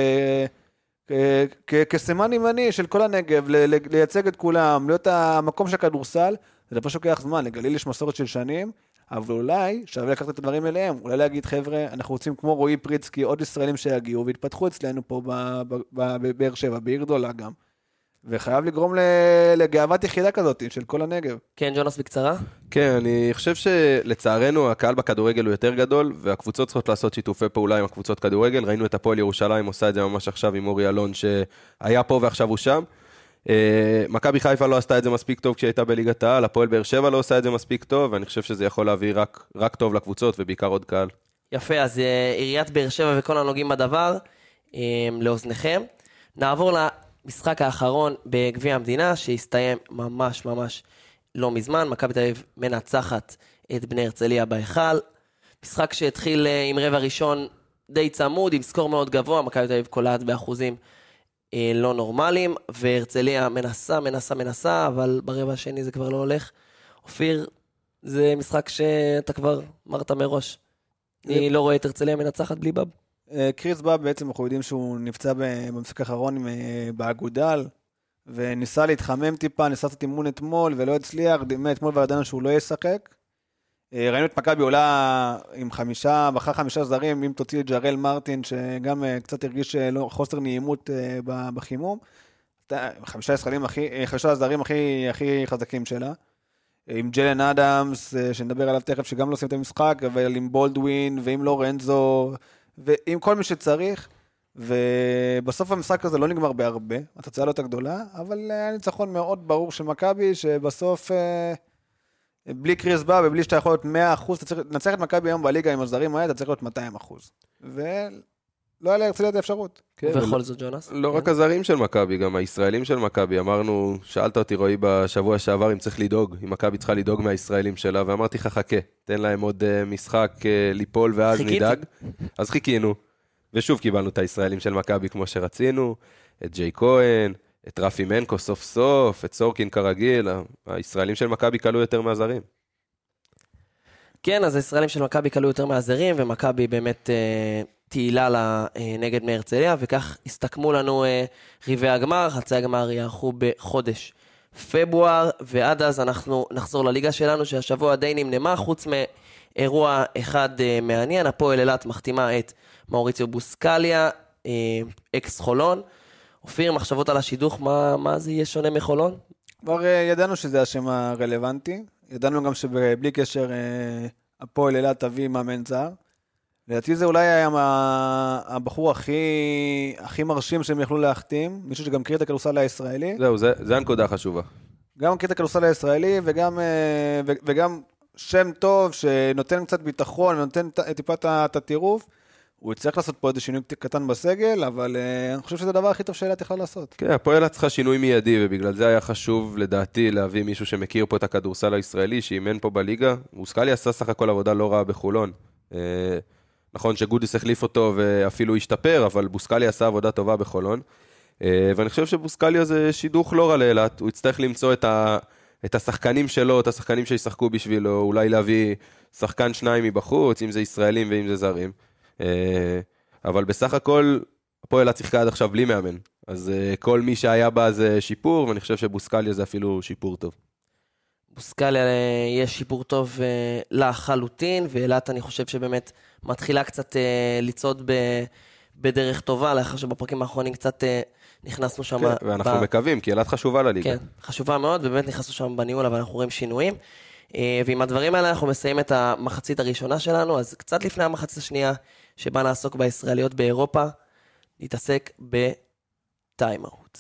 כסמן ימני של כל הנגב, לייצג את כולם, להיות המקום של הכדורסל, זה פשוט לוקח זמן. לגליל יש מסורת של שנים, אבל אולי שווה לקחת את הדברים אליהם, אולי להגיד, חבר'ה, אנחנו רוצים כמו רועי פריצקי, עוד ישראלים שיגיעו והתפתחו אצלנו פה בבאר שבע, בעיר גדולה גם, וחייב לגרום לגאוות יחידה כזאת של כל הנגב. כן, ג'ונס בקצרה? כן, אני חושב שלצערנו הקהל בכדורגל הוא יותר גדול, והקבוצות צריכות לעשות שיתופי פעולה עם הקבוצות כדורגל. ראינו את הפועל ירושלים עושה את זה ממש עכשיו עם אורי אלון שהיה פה ועכשיו הוא שם. מכבי חיפה לא עשתה את זה מספיק טוב כשהייתה בליגת העל, הפועל באר שבע לא עושה את זה מספיק טוב, ואני חושב שזה יכול להביא רק טוב לקבוצות ובעיקר עוד קהל. יפה, אז עיריית באר שבע וכל הנוגעים בדבר, לאוזניכם. נעבור למשחק האחרון בגביע המדינה, שהסתיים ממש לא מזמן. מכבי תל אביב מנצחת את בני הרצליה בהיכל. משחק שהתחיל עם רבע ראשון די צמוד, עם סקור מאוד גבוה, מכבי תל אביב קולעת באחוזים לא נורמליים, והרצליה מנסה, אבל ברבע השני זה כבר לא הולך. אופיר, זה משחק שאתה כבר אמרת מראש. אני לא רואה את הרצליה מנצחת בלי בב. קריס בב בעצם אנחנו יודעים שהוא נפצע במשחק האחרון באגודל, וניסה להתחמם טיפה, ניסה לעשות אימון אתמול, ולא הצליח, אתמול וידענו שהוא לא ישחק. ראינו את מכבי עולה עם בחר 5 זרים, אם תוציא את ג'רל מרטין, שגם קצת הרגיש חוסר נעימות בחימום. 5 זרים הכי חזקים שלה. עם ג'לן אדמס, שנדבר עליו תכף, שגם לא עושים את המשחק, אבל עם בולדווין, ועם לורנזו, ועם כל מי שצריך. ובסוף המשחק הזה לא נגמר בהרבה, התוצאה לא הייתה גדולה, אבל היה ניצחון מאוד ברור של מכבי, שבסוף בלי קריס בא ובלי שאתה יכול להיות 100%, אתה צריך לנצח את מכבי היום בליגה עם הזרים האלה, אתה צריך להיות 200%. ולא היה להרצליה את האפשרות. ובכל זאת, ג'ונס? לא רק הזרים של מכבי, גם הישראלים של מכבי. אמרנו, שאלת אותי רועי בשבוע שעבר אם צריך לדאוג, אם מכבי צריכה לדאוג מהישראלים שלה, ואמרתי לך חכה, תן להם עוד משחק ליפול ואז נדאג. אז חיכינו, ושוב קיבלנו את הישראלים של מכבי כמו שרצינו, את ג'יי כהן, את רפי מנקו סוף סוף, את סורקין כרגיל. הישראלים של מכבי קלו יותר מהזרים. כן, אז הישראלים של מכבי קלו יותר מהזרים, ומכבי באמת תהילה לה נגד בני הרצליה, וכך הסתכמו לנו ריבי הגמר. חצי הגמר יערכו בחודש פברואר, ועד אז אנחנו נחזור לליגה שלנו, שהשבוע די נמנמה, חוץ מאירוע אחד מעניין. הפועל אילת מחתימה את מאוריציו בוסקליה, אקס חולון. אופיר, מחשבות על השידוך, מה זה יהיה שונה מחולון? כבר ידענו שזה השם הרלוונטי, ידענו גם שבלי קשר הפועל אילת תביא מאמן זר. לדעתי זה אולי היה הבחור הכי מרשים שהם יכלו להחתים, מישהו שגם מכיר את הכדורסל הישראלי. זהו, זה הנקודה החשובה. גם מכיר את הכדורסל הישראלי, וגם שם טוב שנותן קצת ביטחון, ונותן טיפה את הטירוף. הוא יצטרך לעשות פה איזה שינוי קטן בסגל, אבל אני חושב שזה הדבר הכי טוב שאילת יכלה לעשות. כן, הפועל צריכה שינוי מיידי, ובגלל זה היה חשוב לדעתי להביא מישהו שמכיר פה את הכדורסל הישראלי, שאימן פה בליגה. בוסקליה עשה סך הכל עבודה לא רעה בחולון. נכון שגודיס החליף אותו ואפילו השתפר, אבל בוסקליה עשה עבודה טובה בחולון. ואני חושב שבוסקליה זה שידוך לא רע לאילת. הוא יצטרך למצוא את השחקנים שלו, את השחקנים שישחקו בשבילו, אולי להביא שחקן 2 מבחוץ, אם זה ישראלים ואם זה זרים. אבל בסך הכל הפועל שיחקה עד עכשיו בלי מאמן, אז כל מי שהיה בה זה שיפור, ואני חושב שבוסקליה זה אפילו שיפור טוב. מוסקליה יהיה שיפור טוב לחלוטין, ואילת אני חושב שבאמת מתחילה קצת לצעוד בדרך טובה, לאחר שבפרקים האחרונים קצת נכנסנו שם. כן, ואנחנו מקווים, כי אילת חשובה לליגה. כן, חשובה מאוד, ובאמת נכנסנו שם בניהול, אבל אנחנו רואים שינויים. ועם הדברים האלה אנחנו מסיים את המחצית הראשונה שלנו, אז קצת לפני המחצית השנייה, שבה נעסוק בישראליות באירופה, נתעסק בטיימאוט.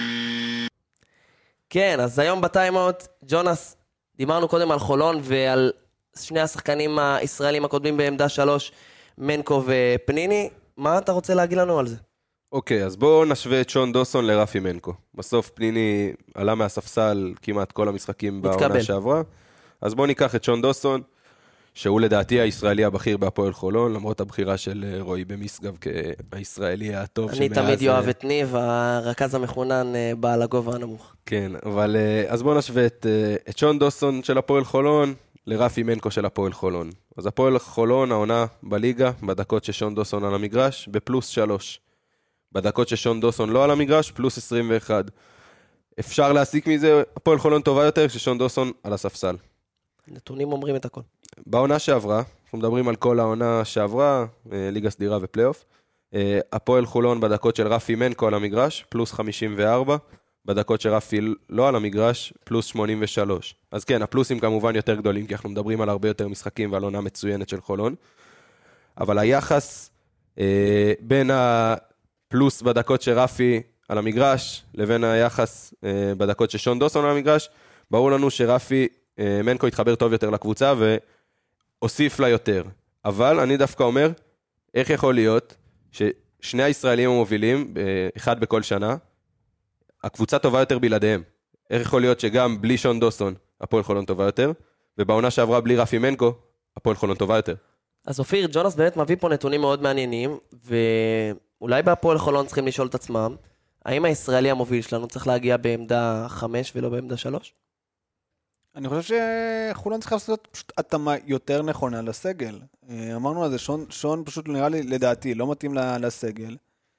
כן, אז היום בטיימאוט, ג'ונס, דיברנו קודם על חולון ועל שני השחקנים הישראלים הקודמים בעמדה 3, מנקו ופניני. מה אתה רוצה להגיד לנו על זה? אוקיי, אז בואו נשווה את שון דוסון לרפי מנקו. בסוף פניני עלה מהספסל כמעט כל המשחקים בעונה שעברה. אז בואו ניקח את שון דוסון, שהוא לדעתי הישראלי הבכיר בהפועל חולון, למרות הבחירה של רועי במשגב כהישראלי הטוב אני תמיד יואב את ניב, הרכז המחונן בעל הגובה הנמוך. כן, אבל אז בואו נשווה את שון דוסון של הפועל חולון לרפי מנקו של הפועל חולון. אז הפועל חולון העונה בליגה, בדקות ששון דוסון על המגרש, בפלוס 3. בדקות ששון דוסון לא על המגרש, פלוס 21. אפשר להסיק מזה, הפועל חולון טובה יותר כששון דוסון על הספסל. נתונים אומרים את הכל. בעונה שעברה, אנחנו מדברים על כל העונה שעברה, ליגה סדירה ופלייאוף, הפועל חולון בדקות של רפי מנקו על המגרש, פלוס 54, בדקות של רפי לא על המגרש, פלוס 83. אז כן, הפלוסים כמובן יותר גדולים, כי אנחנו מדברים על הרבה יותר משחקים ועל עונה מצוינת של חולון, אבל היחס בין הפלוס בדקות של רפי על המגרש, לבין היחס בדקות של שון דוסון על המגרש, ברור לנו שרפי מנקו התחבר טוב יותר לקבוצה והוסיף לה יותר. אבל אני דווקא אומר, איך יכול להיות ששני הישראלים המובילים, אחד בכל שנה, הקבוצה טובה יותר בלעדיהם. איך יכול להיות שגם בלי שון דוסון, הפועל חולון טובה יותר, ובעונה שעברה בלי רפי מנקו, הפועל חולון טובה יותר. אז אופיר, ג'ונס באמת מביא פה נתונים מאוד מעניינים, ואולי בהפועל חולון צריכים לשאול את עצמם, האם הישראלי המוביל שלנו צריך להגיע בעמדה 5 ולא בעמדה 3? אני חושב שחולון צריך לעשות פשוט התאמה יותר נכונה לסגל. אמרנו על זה, שון פשוט נראה לי, לדעתי, לא מתאים לסגל.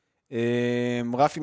רפי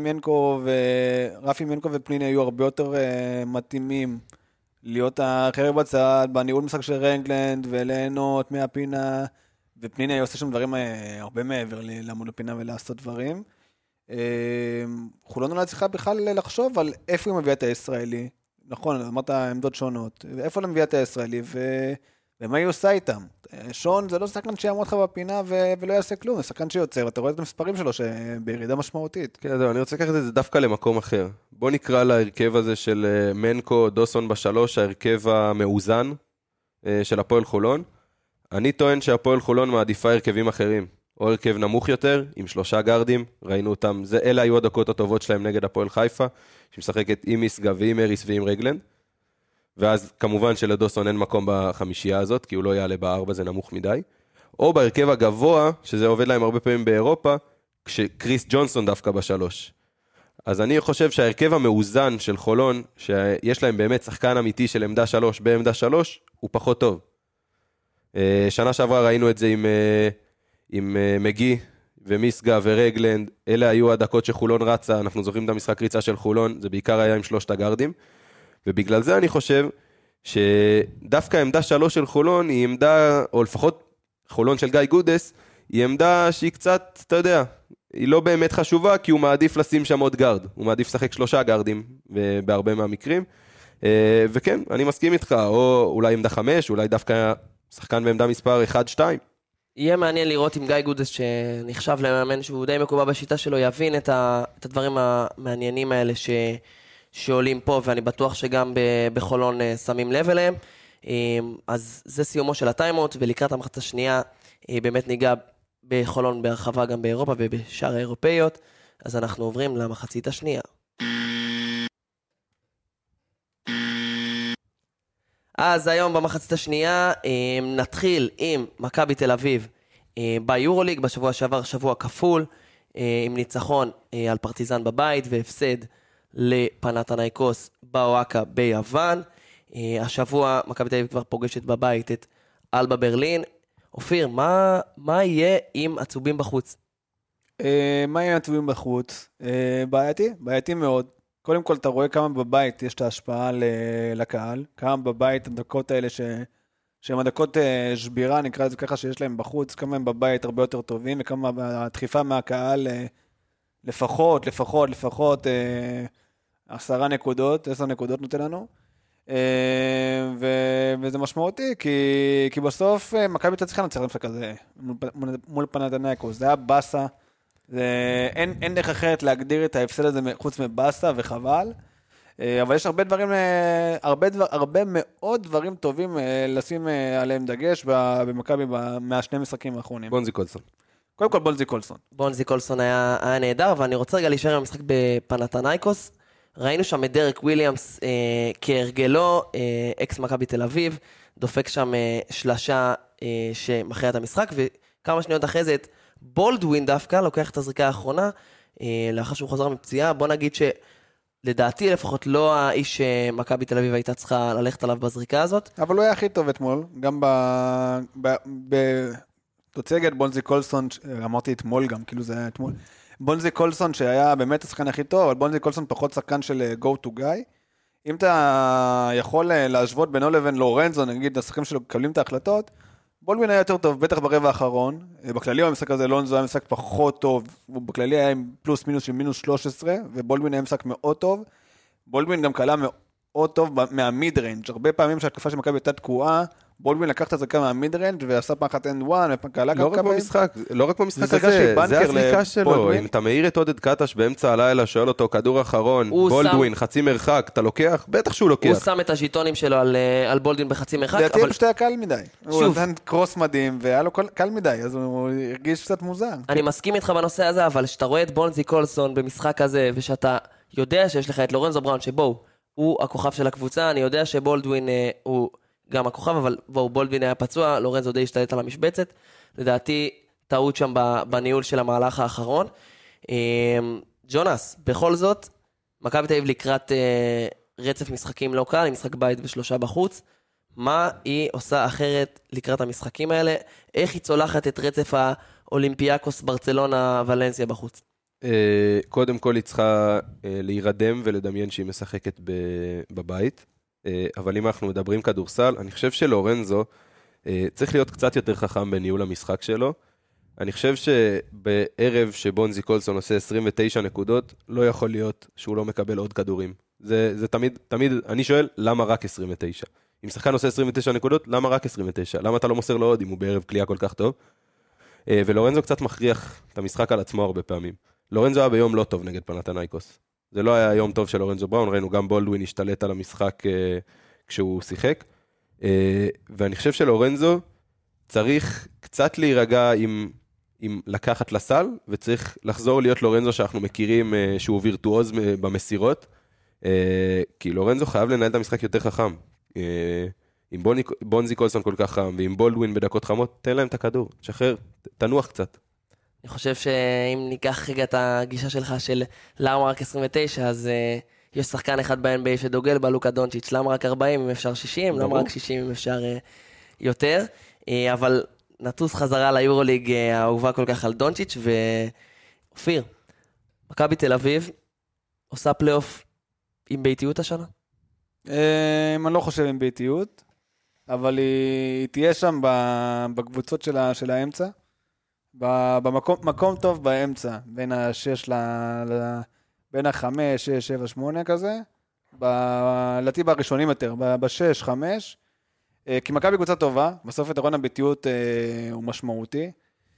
מנקו ופניני היו הרבה יותר מתאימים להיות החרב בצד, בניהול משחק של רנגלנד, וליהנות מהפינה, ופניני עושה שם דברים הרבה מעבר לעמוד הפינה ולעשות דברים. חולון אולי צריכה בכלל לחשוב על איפה היא מביאה את הישראלי. נכון, אמרת עמדות שונות. איפה למביאה את הישראלי ומה היא עושה איתם? שון זה לא שחקן שיעמוד לך בפינה ולא יעשה כלום, זה שחקן שיוצר, ואתה רואה את המספרים שלו שבירידה משמעותית. כן, אני רוצה לקחת את זה דווקא למקום אחר. בוא נקרא להרכב הזה של מנקו, דוסון בשלוש, ההרכב המאוזן של הפועל חולון. אני טוען שהפועל חולון מעדיפה הרכבים אחרים. או הרכב נמוך יותר, עם 3 גארדים, ראינו אותם, אלה היו הדקות הטובות שלהם נגד הפועל חיפה, שמשחקת עם מיסגה ועם אריס ועם רגלנד, ואז כמובן שלדוסון אין מקום בחמישייה הזאת, כי הוא לא יעלה ב4, זה נמוך מדי, או בהרכב הגבוה, שזה עובד להם הרבה פעמים באירופה, כשקריס ג'ונסון דווקא ב3. אז אני חושב שההרכב המאוזן של חולון, שיש להם באמת שחקן אמיתי של עמדה 3 בעמדה 3, הוא פחות טוב. שנה שעברה ראינו את זה עם מגי ומיסגה ורגלנד, אלה היו הדקות שחולון רצה, אנחנו זוכרים את המשחק ריצה של חולון, זה בעיקר היה עם 3 הגארדים, ובגלל זה אני חושב שדווקא העמדה 3 של חולון היא עמדה, או לפחות חולון של גיא גודס, היא עמדה שהיא קצת, אתה יודע, היא לא באמת חשובה, כי הוא מעדיף לשים שם עוד גארד, הוא מעדיף לשחק 3 גארדים בהרבה מהמקרים, וכן, אני מסכים איתך, או אולי עמדה 5, אולי דווקא שחקן בעמדה מספר 1-2, יהיה מעניין לראות אם גיא גודס, שנחשב למאמן שהוא די מקובע בשיטה שלו, יבין את הדברים המעניינים האלה שעולים פה, ואני בטוח שגם בחולון שמים לב אליהם. אז זה סיומו של הטיימאוט, ולקראת המחצית השנייה באמת ניגע בחולון בהרחבה גם באירופה ובשאר האירופאיות, אז אנחנו עוברים למחצית השנייה. אז היום במחצית השנייה נתחיל עם מכבי תל אביב ביורוליג, בשבוע שעבר שבוע כפול, עם ניצחון על פרטיזן בבית והפסד לפנתנייקוס באוהקה ביוון. השבוע מכבי תל אביב כבר פוגשת בבית את אלבה ברלין. אופיר, מה יהיה עם עצובים בחוץ? מה יהיה עם עצובים בחוץ? בעייתי מאוד. קודם כל אתה רואה כמה בבית יש את ההשפעה לקהל, כמה בבית הדקות האלה שהן הדקות שבירה, נקרא את זה ככה שיש להם בחוץ, כמה הם בבית הרבה יותר טובים, וכמה הדחיפה מהקהל לפחות 10 נקודות נותן לנו. וזה משמעותי, כי בסוף מכבי צריכה לנצח למשחק הזה מול פנתנייקוס, זה היה בסה, אין דרך אחרת להגדיר את ההפסד הזה חוץ מבסה וחבל, אבל יש הרבה מאוד דברים טובים לשים עליהם דגש במכבי מהשני משחקים האחרונים. בונזי קולסון. קודם כל בונזי קולסון היה נהדר, אבל אני רוצה רגע להישאר עם המשחק בפנתנייקוס. ראינו שם את דרק וויליאמס כהרגלו, אקס מכבי תל אביב, דופק שם שלשה שמכריע את המשחק, וכמה שניות אחרי זה את בולדווין דווקא לוקח את הזריקה האחרונה, לאחר שהוא חזר מפציעה. בוא נגיד שלדעתי לפחות לא האיש שמכבי תל אביב הייתה צריכה ללכת עליו בזריקה הזאת. אבל הוא היה הכי טוב אתמול, גם תוציא רגע את בונזי קולסון, אמרתי אתמול גם, כאילו זה היה אתמול, בונזי קולסון שהיה באמת השחקן הכי טוב, אבל בונזי קולסון פחות שחקן של go to guy. אם אתה יכול להשוות בינו לבין לורנזו, נגיד השחקנים שלו קבלים את ההחלטות, בולדווין היה יותר טוב, בטח ברבע האחרון. בכללי במשחק הזה לונזו היה משחק פחות טוב, בכללי היה עם פלוס מינוס של מינוס 13, ובולדווין היה משחק מאוד טוב. בולדווין גם קלה מאוד טוב מהמיד ריינג'. הרבה פעמים שהתקפה של מכבי הייתה תקועה, בולדווין לקח את הזריקה מהמיד ריינג' ועשה פעם end one, וקלה לא רק במשחק, לא רק במשחק הזה, זה הזריקה שלו. אם אתה מאיר את עודד קטש באמצע הלילה, שואל אותו, כדור אחרון, בולדווין, חצי מרחק, אתה לוקח? בטח שהוא לוקח. הוא שם את השיטונים שלו על בולדווין בחצי מרחק. לדעתי פשוט היה קל מדי. הוא נתן קרוס מדהים, והיה לו קל מדי, אז הוא הרגיש קצת מוזר. אני מסכים איתך בנושא הזה, אבל שאתה רואה את בונזי קולסון במשחק הזה, ושאתה יודע שיש לך את לורנזו בראון, שבו הוא הכוכב של הקבוצה, אני יודע שבולדווין הוא גם הכוכב, אבל בולדווין היה פצוע, לורנזו די השתלט על המשבצת, לדעתי טעות שם בניהול של המהלך האחרון. ג'ונס, בכל זאת, מכבי תל אביב לקראת רצף משחקים לא קל, עם משחק בית ושלושה בחוץ, מה היא עושה אחרת לקראת המשחקים האלה? איך היא צולחת את רצף האולימפיאקוס, ברצלונה, ולנסיה בחוץ? קודם כל היא צריכה להירדם ולדמיין שהיא משחקת בבית, אבל אם אנחנו מדברים כדורסל, אני חושב שלורנזו צריך להיות קצת יותר חכם בניהול המשחק שלו. אני חושב שבערב שבונזי קולסון עושה 29 נקודות, לא יכול להיות שהוא לא מקבל עוד כדורים. זה תמיד, אני שואל, למה רק 29? אם שחקן עושה 29 נקודות, למה רק 29? למה אתה לא מוסר לו עוד אם הוא בערב קליעה כל כך טוב? ולורנזו קצת מכריח את המשחק על עצמו הרבה פעמים. לורנזו היה ביום לא טוב נגד פנתנייקוס. זה לא היה יום טוב של לורנזו בראון, ראינו גם בולדווין השתלט על המשחק כשהוא שיחק. ואני חושב שלורנזו צריך קצת להירגע עם לקחת לסל, וצריך לחזור להיות לורנזו שאנחנו מכירים שהוא וירטואוז במסירות, כי לורנזו חייב לנהל את המשחק יותר חכם. עם בונזי קולסון כל כך חם, ועם בולדווין בדקות חמות, תן להם את הכדור, שחרר, תנוח קצת. אני חושב שאם ניקח רגע את הגישה שלך של למה רק 29, אז יש שחקן אחד ב-NBA שדוגל בלוקה דונצ'יץ', למה רק 40 אם אפשר 60, למה רק 60 אם אפשר יותר, אבל נטוס חזרה ליורוליג האהובה כל כך על דונצ'יץ', ואופיר, מכבי תל אביב עושה פלייאוף עם ביתיות השנה? אני לא חושב עם ביתיות, אבל היא תהיה שם בקבוצות של האמצע, במקום טוב באמצע, בין ה-6 בין ה-5, 6, 7, 8 כזה, לדעתי בראשונים יותר, ב-6, 5, כי מכבי קבוצה טובה, בסוף יתרון הביתיות הוא משמעותי,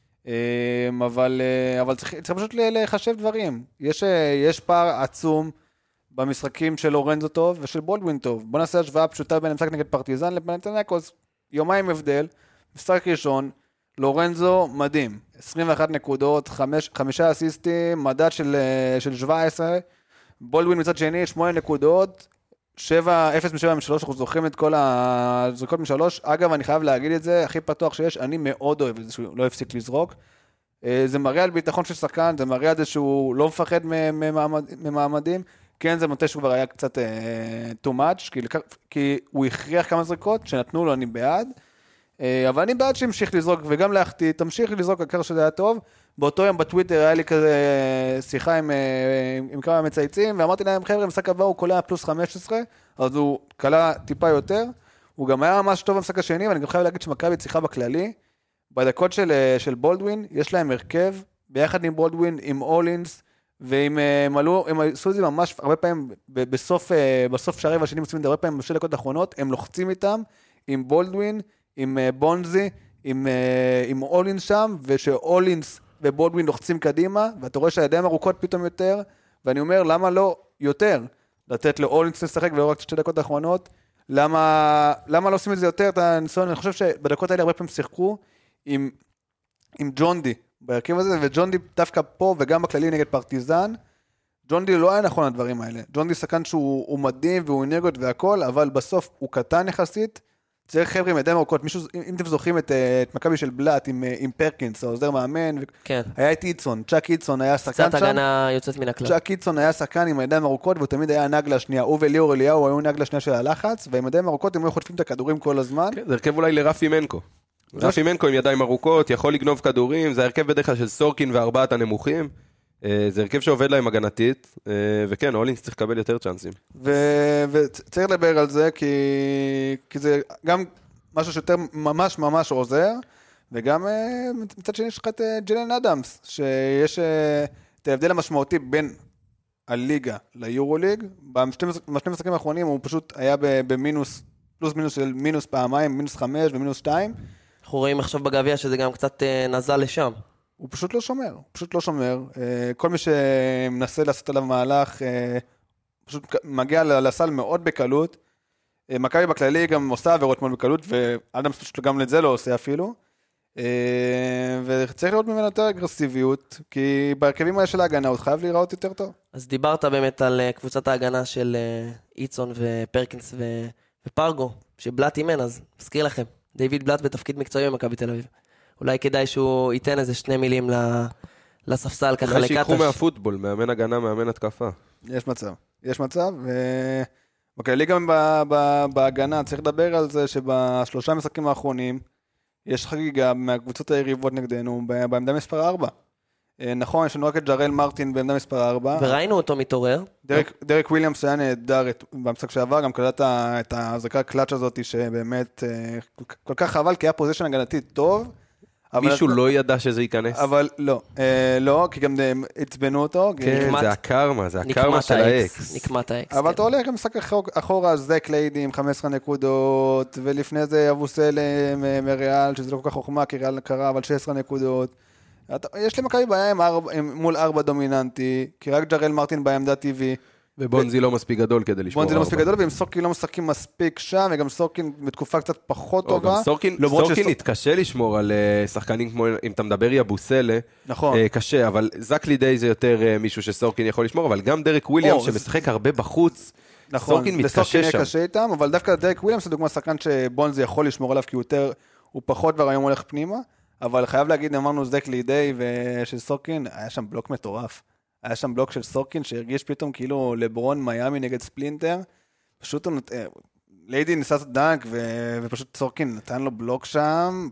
אבל צריך פשוט לחשב דברים. יש פער עצום במשחקים של לורנזו טוב ושל בולדווין טוב. בוא נעשה השוואה פשוטה בין המשחק נגד פרטיזן לפנתנייקוס, יומיים הבדל, משחק ראשון, לורנזו מדהים, 21 נקודות, 5 אסיסטים, מדד של 17, בולדווין מצד שני, 8 נקודות, 0 מ-7 מ-3, אנחנו זוכרים את כל הזריקות מ-3, אגב אני חייב להגיד את זה, הכי פתוח שיש, אני מאוד אוהב את זה שהוא לא הפסיק לזרוק, זה מראה על ביטחון של שחקן, זה מראה על זה שהוא לא מפחד ממעמדים, כן זה מתי שהוא כבר היה קצת too much, כי הוא הכריח כמה זריקות, שנתנו לו אני בעד, אבל אני בעד שימשיך לזרוק, וגם להחטיא, תמשיך לזרוק, העיקר שזה היה טוב. באותו יום בטוויטר היה לי כזה שיחה עם כמה מצייצים, ואמרתי להם, חבר'ה, משחק הבא הוא קולע פלוס 15, אז הוא קלע טיפה יותר, הוא גם היה ממש טוב במשחק השני, ואני גם חייב להגיד שמכבי צריכה בכללי, בדקות של בולדווין, יש להם הרכב, ביחד עם בולדווין, עם אולינס, והם עשו את זה ממש הרבה פעמים, בסוף שערי והשני מוצאים הרבה פעמים בשתי דקות האחרונות, הם לוחצים איתם, עם בולדווין, עם בונזי, עם אולינס שם, ושאולינס ובולדווין לוחצים קדימה, ואתה רואה שהידיים ארוכות פתאום יותר, ואני אומר, למה לא יותר? לתת לאולינס לשחק ולא רק 2 דקות האחרונות, למה לא עושים את זה יותר, את הניסיון? אני חושב שבדקות האלה הרבה פעמים שיחקו עם ג'ון די, בהרכב הזה, וג'ון די דווקא פה וגם בכללי נגד פרטיזן, ג'ון די לא היה נכון הדברים האלה. ג'ון די שחקן שהוא מדהים והוא אנרגיות והכל, אבל בסוף הוא קטן יחסית, צריך חבר'ה עם ידיים ארוכות, מישהו, אם אתם זוכרים את מכבי של בלאט עם פרקינס, העוזר מאמן, כן. היה את איצון, צ'אק איצון היה שחקן שם. קצת הגנה יוצאת מן הכלל. צ'אק איצון היה שחקן עם הידיים ארוכות, והוא תמיד היה נגלה שנייה. הוא וליאור אליהו היו נגלה שנייה של הלחץ, ועם ידיים ארוכות הם היו חוטפים את הכדורים כל הזמן. כן, זה הרכב אולי לרפי מנקו. רפי מנקו עם ידיים ארוכות, יכול לגנוב כדורים, זה הרכב בדרך כלל של סורקין וארבעת הנמוכים. זה הרכב שעובד להם הגנתית, וכן, אולינס צריך לקבל יותר צ'אנסים. וצריך לדבר על זה, כי זה גם משהו שיותר ממש ממש עוזר, וגם מצד שני יש לך את ג'לן אדמס, שיש את ההבדל המשמעותי בין הליגה ליורוליג, בשני משחקים האחרונים הוא פשוט היה במינוס, פלוס מינוס של מינוס פעמיים, מינוס 5 ומינוס 2. אנחנו רואים עכשיו בגביע שזה גם קצת נזל לשם. הוא פשוט לא שומר, כל מי שמנסה לעשות עליו מהלך, פשוט מגיע לסל מאוד בקלות, מכבי בכללי גם עושה עבירות מאוד בקלות, ואדמס פשוט גם את זה לא עושה אפילו, וצריך לראות ממנו יותר אגרסיביות, כי בהרכבים האלה של ההגנה הוא חייב להיראות יותר טוב. אז דיברת באמת על קבוצת ההגנה של איצון ופרקינס ופרגו, שבלאט אימן, אז מזכיר לכם, דיוויד בלאט בתפקיד מקצועי במכבי תל אביב. אולי כדאי שהוא ייתן איזה 2 מילים לספסל ככה לקטש. אולי שיקחו מהפוטבול, מאמן הגנה, מאמן התקפה. יש מצב, ובכללי גם בהגנה צריך לדבר על זה שבשלושה משחקים האחרונים יש חגיגה מהקבוצות היריבות נגדנו בעמדה מספר 4. נכון, יש לנו רק את ג'רל מרטין בעמדה מספר 4. וראינו אותו מתעורר. דרק וויליאמס היה נהדר במשחק שעבר, גם קלט את ההזרקה הקלאץ' הזאת שבאמת כל כך חבל, כי היה פוזישן הגנתי טוב. מישהו לא ידע שזה ייכנס. אבל לא, כי גם הצבנו אותו. כן, זה הקרמה של האקס. נקמת האקס. אבל אתה הולך למשחק אחורה, זק ליידי עם 15 נקודות, ולפני זה אבוסל מריאל, שזה לא כל כך חוכמה, כי ריאל קרה, אבל 16 נקודות. יש לי מכבי בעיה מול 4 דומיננטי, כי רק ג'רל מרטין בעמדה טבעי. ובונזי לא מספיק גדול כדי לשמור 4. בונזי לא מספיק גדול, ועם סורקין לא משחקים מספיק שם, וגם סורקין בתקופה קצת פחות טובה. גם סורקין התקשה לשמור על שחקנים כמו, אם אתה מדבר יבוסלה, קשה, אבל זק לידי זה יותר מישהו שסורקין יכול לשמור, אבל גם דרק וויליאמס שמשחק הרבה בחוץ, סורקין מתקשה שם. קשה איתם, אבל דווקא דרק וויליאמס זה דוגמה שחקן שבונזי יכול לשמור עליו, כי הוא פחות והיום הולך פנימה, אבל חייב להגיד, אמרנו זק לידי ושל סורקין, היה שם בלוק מטורף. היה שם בלוק של סורקין שהרגיש פתאום כאילו לברון מיאמי נגד ספלינטר, פשוט ליידי ניסה את דנק ופשוט סורקין נתן לו בלוק שם,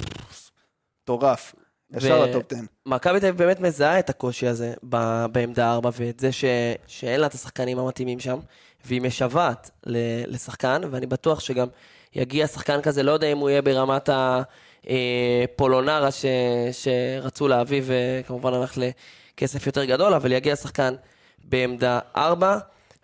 מטורף, ישר לטופ 10. מכבי תל אביב באמת מזהה את הקושי הזה בעמדה 4, ואת זה שאין לה את השחקנים המתאימים שם, והיא משוועת לשחקן, ואני בטוח שגם יגיע שחקן כזה, לא יודע אם הוא יהיה ברמת הפולונרה שרצו להביא, וכמובן הלך כסף יותר גדול, אבל יגיע שחקן בעמדה 4,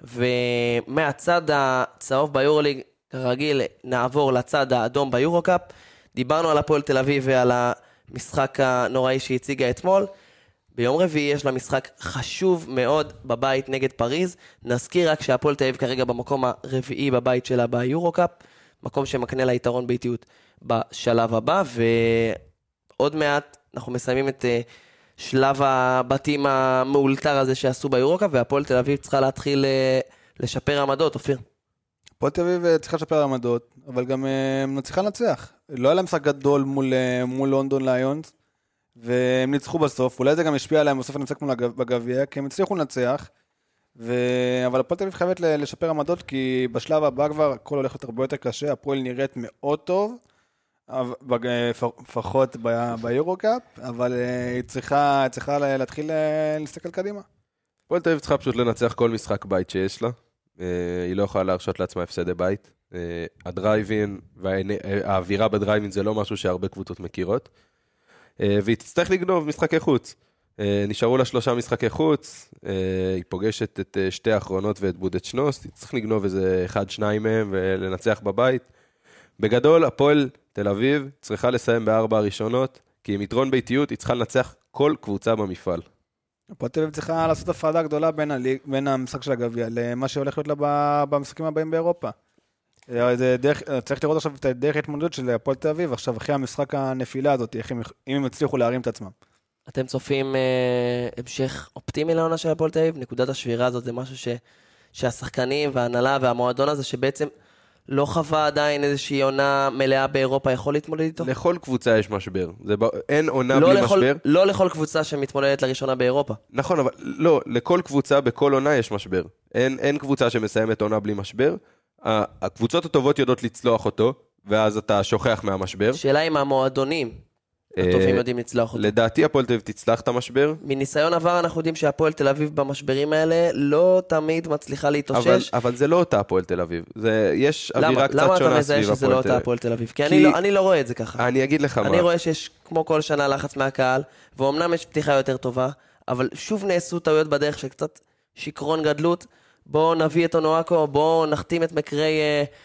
ומהצד הצהוב ביורוליג, כרגיל, נעבור לצד האדום ביורוקאפ. דיברנו על הפועל תל אביב ועל המשחק הנוראי שהציגה אתמול. ביום רביעי יש לה משחק חשוב מאוד בבית נגד פריז. נזכיר רק שהפועל תל אביב כרגע במקום הרביעי בבית שלה ביורוקאפ, מקום שמקנה לה יתרון באיטיות בשלב הבא, ועוד מעט אנחנו מסיימים את שלב הבתים המאולתר הזה שעשו ביורוקאפ, והפועל תל אביב צריכה להתחיל לשפר עמדות, אופיר. הפועל תל אביב צריכה לשפר עמדות, אבל גם צריכה לנצח. לא היה להם משחק גדול מול לונדון ליונס, והם ניצחו בסוף, אולי זה גם השפיע עליהם בסוף הנצח מול בגביע, כי הם הצליחו לנצח, אבל הפועל תל אביב חייבת לשפר עמדות, כי בשלב הבא כבר הכל הולך הרבה יותר קשה, הפועל נראית מאוד טוב, לפחות ביורו-קאפ, אבל היא צריכה להתחיל להסתכל קדימה. הפועל תל אביב צריכה פשוט לנצח כל משחק בית שיש לה. היא לא יכולה להרשות לעצמה הפסדי בית. הדרייבין והאווירה בדרייבין זה לא משהו שהרבה קבוצות מכירות. והיא תצטרך לגנוב משחקי חוץ. נשארו לה 3 משחקי חוץ, היא פוגשת את 2 האחרונות ואת בודד שנוסט, היא צריך לגנוב איזה 1-2 מהם ולנצח בבית. בגדול, הפועל תל אביב צריכה לסיים ב4 הראשונות, כי עם יתרון ביתיות היא צריכה לנצח כל קבוצה במפעל. הפועל תל אביב צריכה לעשות הפרדה גדולה בין המשחק של הגביע למה שהולך להיות לה במשחקים הבאים באירופה. צריך לראות עכשיו את דרך ההתמודדות של הפועל תל אביב, עכשיו אחרי המשחק הנפילה הזאת, אם הם הצליחו להרים את עצמם. אתם צופים המשך אופטימי לעונה של הפועל תל אביב? נקודת השבירה הזאת זה משהו שהשחקנים וההנהלה והמועדון הזה שבעצם לא חווה עדיין איזושהי עונה מלאה באירופה יכול להתמודד איתו? לכל קבוצה יש משבר. אין עונה בלי משבר. לא לכל קבוצה שמתמודדת לראשונה באירופה. נכון, אבל לא, לכל קבוצה בכל עונה יש משבר. אין קבוצה שמסיימת עונה בלי משבר. הקבוצות הטובות יודעות לצלוח אותו, ואז אתה שוכח מהמשבר. שאלה אם המועדונים הטובים יודעים לצלוח אותו. לדעתי הפועל תל אביב תצלח את המשבר. מניסיון עבר אנחנו יודעים שהפועל תל אביב במשברים האלה לא תמיד מצליחה להתאושש. אבל זה לא אותה הפועל תל אביב. יש אווירה קצת למה שונה אתה מזהה שזה לא אותה הפועל תל אביב? כי אני לא רואה את זה ככה. אני אגיד לך מה. אני רואה שיש כמו כל שנה לחץ מהקהל, ואומנם יש פתיחה יותר טובה, אבל שוב נעשו טעויות בדרך של קצת שיקרון גדלות. בואו נביא את אונואקו, בואו נחתים את מקרי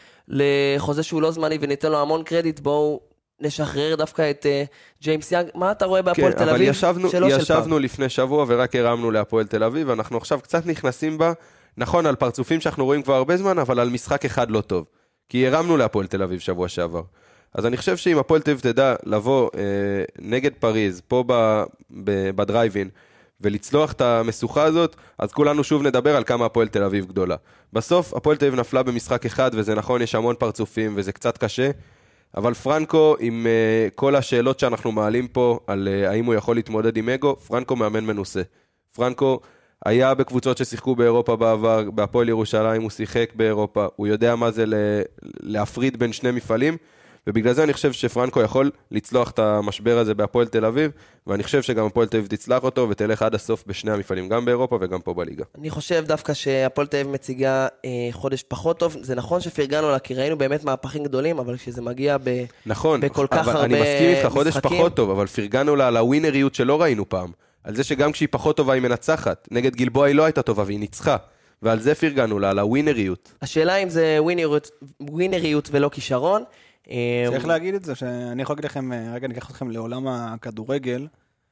לחוזה שהוא לא זמני וניתן לו המון קרדיט, בואו נשחרר דווקא את ג'יימס יאנג. מה אתה רואה בהפועל תל אביב שלא של פעם? ישבנו לפני שבוע ורק הרמנו להפועל תל אביב, אנחנו עכשיו קצת נכנסים בה, נכון, על פרצופים שאנחנו רואים כבר הרבה זמן, אבל על משחק אחד לא טוב. כי הרמנו להפועל תל אביב שבוע שעבר. אז אני חושב שאם הפועל תל אביב תדע לבוא נגד פריז, פה בדרייבין, ולצלוח את המשוכה הזאת, אז כולנו שוב נדבר על כמה הפועל תל אביב גדולה. בסוף, הפועל תל אביב נפלה במשחק אחד, וזה נכון, יש המון פרצופים, וזה קצת קשה, אבל פרנקו, עם כל השאלות שאנחנו מעלים פה, על האם הוא יכול להתמודד עם אגו, פרנקו מאמן מנוסה. פרנקו היה בקבוצות ששיחקו באירופה בעבר, בהפועל ירושלים הוא שיחק באירופה, הוא יודע מה זה להפריד בין שני מפעלים, ובגלל זה אני חושב שפרנקו יכול לצלוח את המשבר הזה בהפועל תל אביב, ואני חושב שגם הפועל תל אביב תצלח אותו, ותלך עד הסוף בשני המפעלים, גם באירופה וגם פה בליגה. אני חושב דווקא שהפועל תל אביב מציגה חודש פחות טוב, זה נכון שפרגנו לה, כי ראינו באמת מהפכים גדולים, אבל כשזה מגיע נכון, בכל כך הרבה אני מסכים איתך, חודש משחקים. פחות טוב, אבל פרגנו לה על הווינריות שלא ראינו פעם, על זה שגם כשהיא פחות טובה היא מנצחת, נגד גלבוע היא לא הייתה טובה והיא ניצחה, ועל זה פרגנו לה, על הווינריות. השאלה אם זה ווינריות ולא כישרון. צריך להגיד את זה, שאני יכול להגיד לכם, רגע ניקח אתכם לעולם הכדורגל,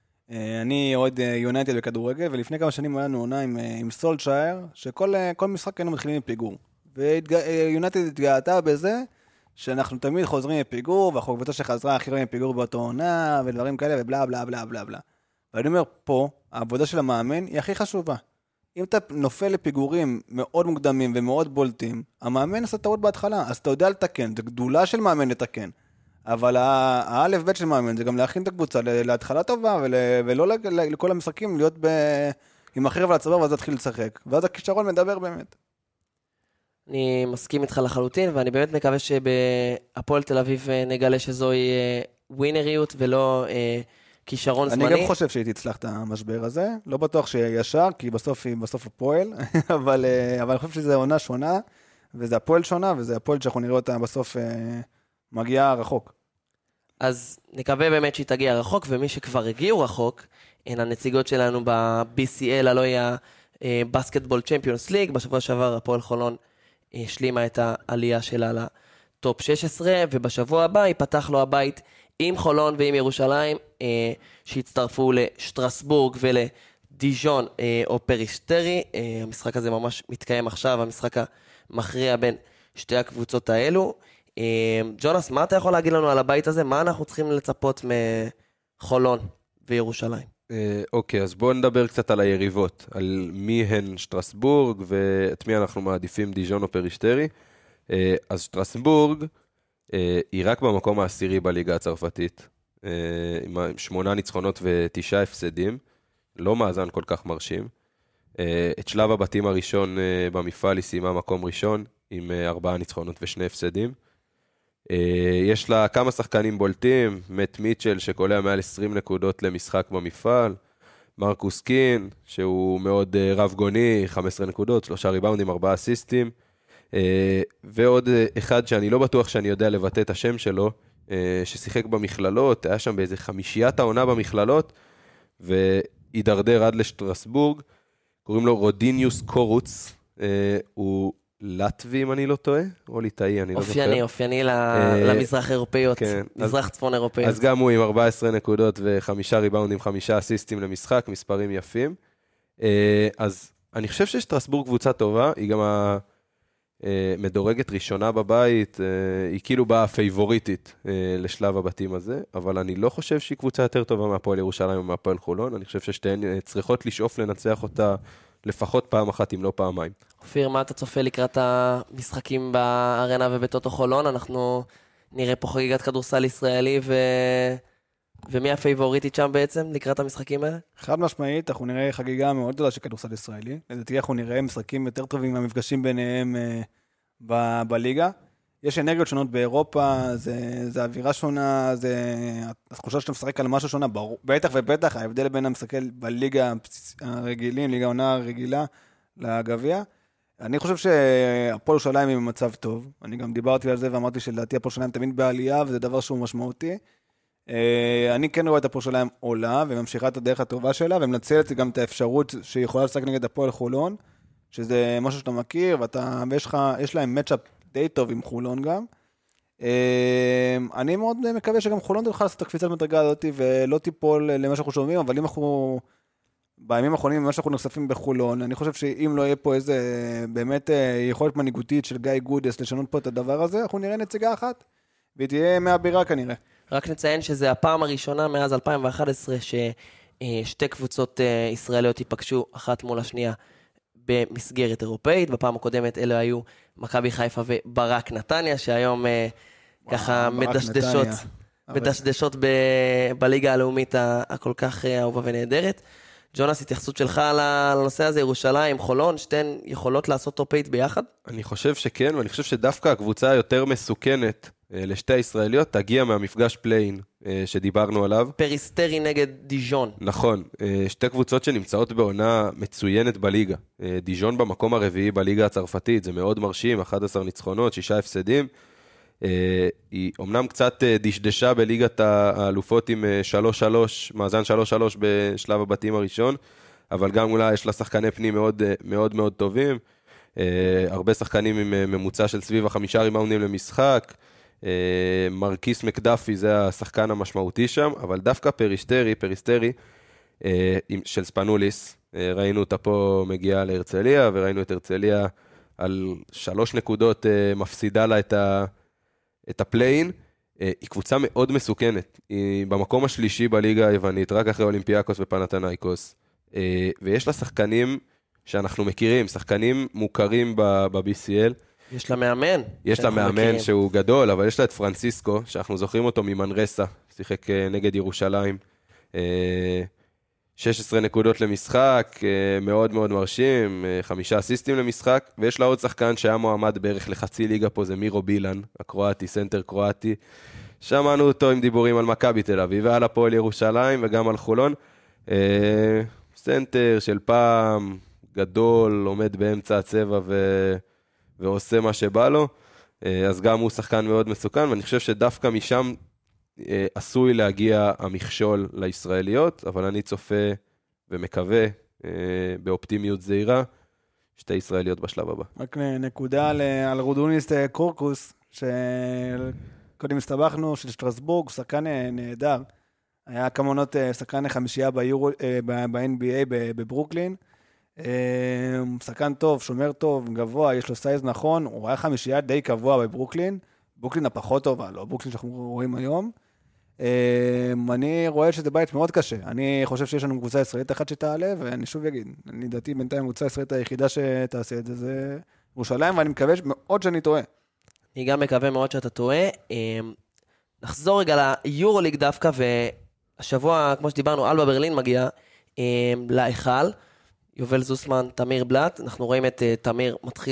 אני אוהד יונייטד בכדורגל, ולפני כמה שנים היה לנו עונה עם סולשייר, שכל משחק היינו מתחילים מפיגור, ויונייטד התגאתה בזה, שאנחנו תמיד חוזרים מפיגור, והחוקבטה שחזרה הכי רואים מפיגור באותו עונה, ודברים כאלה, ובלה בלה בלה בלה בלה. ואני אומר, פה, העבודה של המאמן היא הכי חשובה. אם אתה נופל לפיגורים מאוד מוקדמים ומאוד בולטים, המאמן עשה טעות בהתחלה, אז אתה יודע לתקן, זה גדולה של מאמן לתקן. אבל האלף בית של מאמן זה גם להכין את הקבוצה להתחלה טובה, ולא לכל המשחקים להיות עם החרב על הצוואר, ואז להתחיל לשחק. ואז הכישרון מדבר באמת. אני מסכים איתך לחלוטין, ואני באמת מקווה שבהפועל תל אביב נגלה שזוהי ווינריות ולא כישרון זמני. אני גם חושב שהיא תצלח את המשבר הזה, לא בטוח שישר, כי בסוף הוא פועל, אבל אני חושב שזה עונה שונה, וזה הפועל שונה, וזה הפועל שאנחנו נראה אותה בסוף מגיעה רחוק. אז נקווה באמת שהיא תגיע רחוק, ומי שכבר הגיעו רחוק, הן הנציגות שלנו ב-BCL, הלוא היא הבסקטבול צ'מפיונס ליג, בשבוע שעבר הפועל חולון השלימה את העלייה שלה לטופ 16, ובשבוע הבא ייפתח לו הבית עם חולון ועם ירושלים, שהצטרפו לשטרסבורג ולדיז'ון או פריסטרי. המשחק הזה ממש מתקיים עכשיו, המשחק המכריע בין שתי הקבוצות האלו. ג'ונס, מה אתה יכול להגיד לנו על הבית הזה? מה אנחנו צריכים לצפות מחולון וירושלים? אוקיי, אז בואו נדבר קצת על היריבות, על מי הן שטרסבורג ואת מי אנחנו מעדיפים, דיז'ון או פריסטרי. אז שטרסבורג היא רק במקום העשירי בליגה הצרפתית, עם 8 ניצחונות ו9 הפסדים, לא מאזן כל כך מרשים. את שלב הבתים הראשון במפעל היא סיימה מקום ראשון, עם 4 ניצחונות ו2 הפסדים. יש לה כמה שחקנים בולטים, מט מיטשל שקולע מעל 20 נקודות למשחק במפעל, מרקוס קין, שהוא מאוד רב גוני, 15 נקודות, 3 ריבאונדים, 4 אסיסטים, ועוד אחד שאני לא בטוח שאני יודע לבטא את השם שלו, ששיחק במכללות, היה שם באיזה 5 העונה במכללות, והידרדר עד לשטרסבורג, קוראים לו רודיניוס קורוץ, הוא לטבי אם אני לא טועה, או ליטאי, אני לא זוכר. אופייני למזרח אירופאיות, מזרח צפון אירופאיות. אז גם הוא עם 14 נקודות ו5 ריבאונדים, 5 אסיסטים למשחק, מספרים יפים. אז אני חושב ששטרסבורג קבוצה טובה, היא גם המדורגת ראשונה בבית, היא כאילו באה פייבוריטית לשלב הבתים הזה, אבל אני לא חושב שהיא קבוצה יותר טובה מהפועל ירושלים ומהפועל חולון, אני חושב ששתיהן צריכות לשאוף לנצח אותה לפחות פעם אחת, אם לא פעמיים. אופיר, מה אתה צופה לקראת המשחקים בארנה ובטוטו חולון? אנחנו נראה פה חגיגת כדורסל ישראלי, ומי הפייבוריטית שם בעצם לקראת המשחקים האלה? חד משמעית, אנחנו נראה חגיגה מאוד גדולה של כדורסל ישראלי. לדעתי אנחנו נראה משחקים יותר טובים מהמפגשים ביניהם בליגה. יש אנרגיות שונות באירופה, זה אווירה שונה, התחושה שאתה משחק על משהו שונה, בטח ובטח, ההבדל בין המשחק בליגה הרגילים, ליגה עונה הרגילה, לגביע. אני חושב שהפועל ירושלים היא במצב טוב, אני גם דיברתי על זה ואמרתי שלדעתי הפועל ירושלים תמיד בעלייה, וזה דבר שהוא משמעותי. אני כן רואה את הפועל ירושלים עולה, וממשיכה את הדרך הטובה שלה, ומנצלת גם את האפשרות שהיא יכולה לשחק נגד הפועל חולון, שזה משהו שאתה מכיר, ויש להם מצ'אפ די טוב עם חולון גם. אני מאוד מקווה שגם חולון תוכל לעשות את הקפיצת מדרגה הזאת, ולא תיפול למה שאנחנו שומעים, אבל אם אנחנו, בימים האחרונים, מה שאנחנו נחשפים בחולון, אני חושב שאם לא יהיה פה איזה, באמת יכולת מנהיגותית של גיא גודס לשנות פה את הדבר הזה, אנחנו נראה נציגה אחת, והיא תהיה מהבירה כנראה. רק נציין שזה הפעם הראשונה מאז 2011, ששתי קבוצות ישראליות ייפגשו אחת מול השנייה, במסגרת אירופאית. בפעם הקודמת אלה היו מכבי חיפה וברק נתניה, שהיום ככה מדשדשות בליגה הלאומית הכל כך אהובה ונהדרת. ג'ונס, התייחסות שלך לנושא הזה, ירושלים, חולון, שתיהן יכולות לעשות טופ-8 ביחד? אני חושב שכן, ואני חושב שדווקא הקבוצה היותר מסוכנת לשתי הישראליות תגיע מהמפגש פליין שדיברנו עליו. פריסטרי נגד דיז'ון. נכון, שתי קבוצות שנמצאות בעונה מצוינת בליגה. דיז'ון במקום הרביעי בליגה הצרפתית, זה מאוד מרשים, 11 ניצחונות, 6 הפסדים. היא אומנם קצת דשדשה בליגת האלופות עם 3-3, מאזן 3-3 בשלב הבתים הראשון, אבל גם אולי יש לה שחקני פנים מאוד מאוד, מאוד טובים. הרבה שחקנים עם ממוצע של סביב 5 ריבאונדים למשחק. מרקיס מקדפי זה השחקן המשמעותי שם, אבל דווקא פריסטרי של ספנוליס, ראינו אותה פה מגיעה להרצליה, וראינו את הרצליה על 3 נקודות מפסידה לה את הפליין. היא קבוצה מאוד מסוכנת, היא במקום השלישי בליגה היוונית, רק אחרי אולימפיאקוס ופנתנייקוס, ויש לה שחקנים שאנחנו מכירים, שחקנים מוכרים ב-BCL, יש לה מאמן. יש לה מאמן שהוא גדול, אבל יש לה את פרנסיסקו, שאנחנו זוכרים אותו ממנרסה, שיחק נגד ירושלים. 16 נקודות למשחק, מאוד מאוד מרשים, 5 אסיסטים למשחק, ויש לה עוד שחקן שהיה מועמד בערך לחצי ליגה פה, זה מירו בילן, הקרואטי, סנטר קרואטי. שמענו אותו עם דיבורים על מכבי תל אביב, ועל הפועל ירושלים וגם על חולון. סנטר של פעם, גדול, עומד באמצע הצבע ועושה מה שבא לו, אז גם הוא שחקן מאוד מסוכן, ואני חושב שדווקא משם עשוי להגיע המכשול לישראליות, אבל אני צופה ומקווה באופטימיות זהירה, שתי ישראליות בשלב הבא. רק נקודה על רודוניס קורקוס, שקודם הסתבכנו, של שטרסבורג, שחקן נהדר, היה כמונות שחקן חמישייה ב-NBA בברוקלין, שחקן טוב, שומר טוב, גבוה, יש לו סייז נכון, הוא היה חמישייה די קבוע בברוקלין, ברוקלין הפחות טובה, לא ברוקלין שאנחנו רואים היום. אני רואה שזה בית מאוד קשה, אני חושב שיש לנו קבוצה ישראלית אחת שתעלה, ואני שוב אגיד, אני דעתי בינתיים קבוצה ישראלית היחידה שתעשה את זה, זה ירושלים, ואני מקווה מאוד שאני טועה. אני גם מקווה מאוד שאתה טועה. נחזור רגע ליורוליג דווקא, והשבוע, כמו שדיברנו, אלבה ברלין מגיע להיכל, יובל זוסמן, תמיר בלט, אנחנו רואים את תמיר מתחיל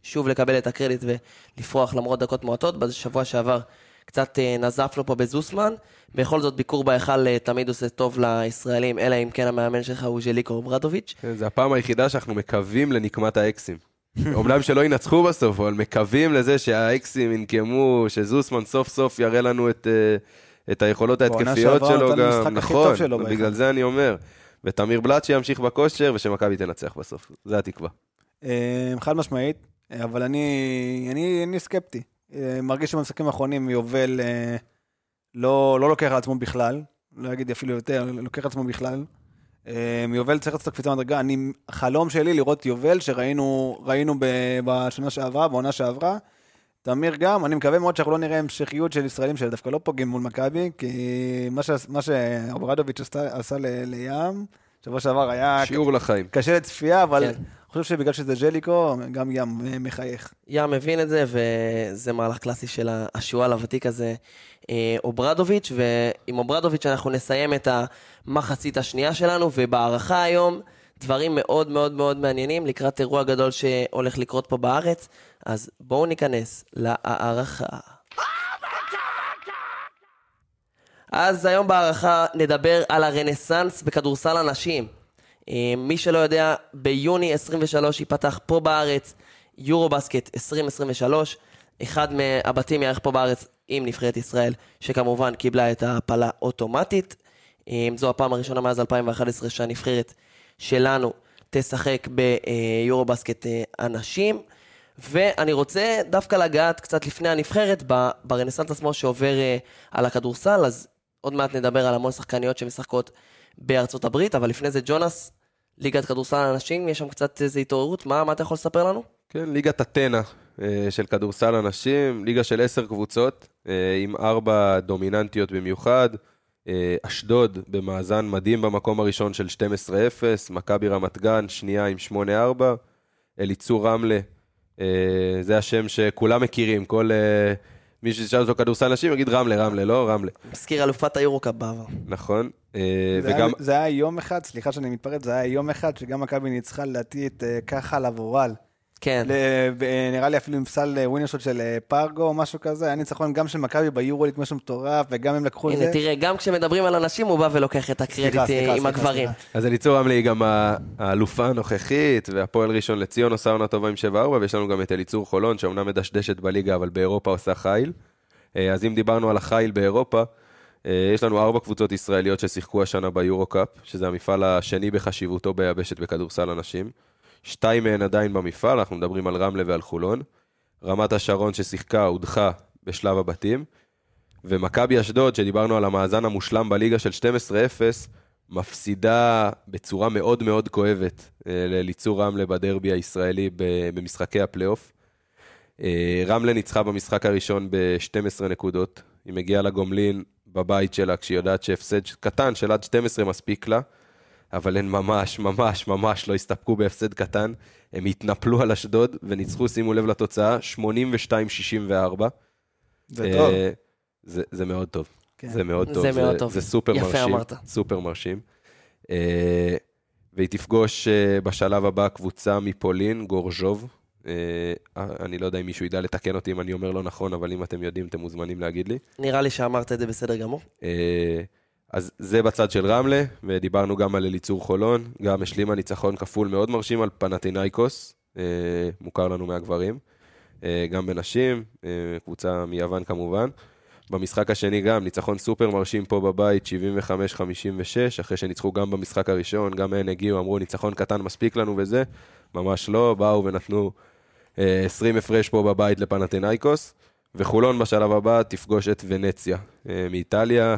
שוב לקבל את הקרדיט ולפרוח למרות דקות מועטות. בשבוע שעבר קצת נזפנו פה בזוסמן, בכל זאת ביקור בהיכל תמיד עושה טוב לישראלים, אלא אם כן המאמן שלך הוא ז'ליקו אוברדוביץ'. זה הפעם היחידה שאנחנו מקווים לנקמת האקסים. אומנם שלא ינצחו בסוף, אבל מקווים לזה שהאקסים ינקמו, שזוסמן סוף סוף יראה לנו את היכולות ההתקפיות שלו גם, נכון, בגלל זה אני אומר. ותמיר בלאט שימשיך בכושר, ושמכבי תנצח בסוף. זה התקווה. חד משמעית, אבל אני סקפטי. מרגיש שבמשחקים האחרונים יובל לא לוקח על עצמו בכלל, לא אגיד אפילו יותר, לוקח על עצמו בכלל. יובל צריך לעשות קפיצה מדרגה. החלום שלי לראות יובל שראינו בשנה שעברה, בעונה שעברה. תמיר גם, אני מקווה מאוד שאנחנו לא נראה המשכיות של ישראלים שדווקא לא פוגעים מול מכבי, כי מה שאוברדוביץ' עשה לים, שבוע שעבר היה שיעור לחיים. קשה לצפייה, אבל אני חושב שבגלל שזה ז'ליקו, גם ים מחייך. ים מבין את זה, וזה מהלך קלאסי של השועל הוותיק הזה, אוברדוביץ', ועם אוברדוביץ' אנחנו נסיים את המחצית השנייה שלנו, ובערכה היום דברים מאוד מאוד מאוד מעניינים, לקראת אירוע גדול שהולך לקרות פה בארץ, אז בואו ניכנס לערכה. אז היום בערכה נדבר על הרנסנס בכדורסל הנשים. מי שלא יודע, ביוני 23 ייפתח פה בארץ יורובסקט 2023, אחד מהבתים יערך פה בארץ עם נבחרת ישראל, שכמובן קיבלה את ההפלה אוטומטית. זו הפעם הראשונה מאז 2011 שהנבחרת שלנו תשחק ביורובסקט הנשים, ואני רוצה דווקא לגעת קצת לפני הנבחרת ברנסנס עצמו שעובר על הכדורסל. אז עוד מעט נדבר על המון שחקניות שמשחקות בארצות הברית, אבל לפני זה ג'ונס, ליגת כדורסל הנשים, יש שם קצת איזו התעוררות, מה אתה יכול לספר לנו? כן, ליגת אתנה של כדורסל הנשים, ליגה של 10 קבוצות, עם 4 דומיננטיות במיוחד, אשדוד במאזן מדהים במקום הראשון של 12-0, מכבי רמת גן שנייה עם 8-4, אליצור רמלה, זה השם שכולם מכירים, כל מי ששאל אותו כדורסל נשים יגיד רמלה, לא רמלה. מזכיר אלופת היורוקאפ בעבר. נכון. זה היה יום אחד, סליחה שאני מתפרץ, זה היה יום אחד שגם מכבי ניצחה לדעתי את ככה לבורל. כן. נראה לי אפילו עם סל ווינרשוט של פרגו או משהו כזה, היה ניצחון גם של מכבי ביורוליג משהו מטורף, וגם הם לקחו את זה. הנה, תראה, גם כשמדברים על אנשים, הוא בא ולוקח את הקרדיט עם הגברים. אז אליצור רמלה היא גם האלופה הנוכחית, והפועל ראשון לציון עושה עונה טובה עם 7-4, ויש לנו גם את אליצור חולון, שאומנם מדשדשת בליגה, אבל באירופה עושה חיל. אז אם דיברנו על החיל באירופה, יש לנו 4 קבוצות ישראליות ששיחקו השנה ביורוקאפ, שזה המפעל השני בחשיבותו ביבשת בכדורסל הנשים. 2 מהן עדיין במפעל, אנחנו מדברים על רמלה ועל חולון. רמת השרון ששיחקה הודחה בשלב הבתים. ומכבי אשדוד, שדיברנו על המאזן המושלם בליגה של 12-0, מפסידה בצורה מאוד מאוד כואבת לליצור רמלה בדרבי הישראלי במשחקי הפלייאוף. רמלה ניצחה במשחק הראשון ב-12 נקודות. היא מגיעה לגומלין בבית שלה, כשהיא יודעת שהפסד קטן של עד 12 מספיק לה. אבל הן ממש לא הסתפקו בהפסד קטן, הם התנפלו על אשדוד וניצחו, שימו לב לתוצאה, 82-64. זה טוב. זה מאוד טוב. כן. זה מאוד טוב. זה מאוד טוב. זה סופר יפה מרשים. אמרת. סופר מרשים. והיא תפגוש בשלב הבא קבוצה מפולין, גורז'וב. אני לא יודע אם מישהו ידע לתקן אותי אם אני אומר לא נכון, אבל אם אתם יודעים, אתם מוזמנים להגיד לי. נראה לי שאמרת את זה בסדר גמור. אז זה בצד של רמלה, ודיברנו גם על אליצור חולון, גם השלימה ניצחון כפול מאוד מרשים על פנתינייקוס, מוכר לנו מהגברים, גם בנשים, קבוצה מיוון כמובן. במשחק השני גם ניצחון סופר מרשים פה בבית, 75-56, אחרי שניצחו גם במשחק הראשון, גם הן הגיעו, אמרו ניצחון קטן מספיק לנו וזה, ממש לא, באו ונתנו 20 הפרש פה בבית לפנתינייקוס, וחולון בשלב הבא תפגוש את ונציה מאיטליה.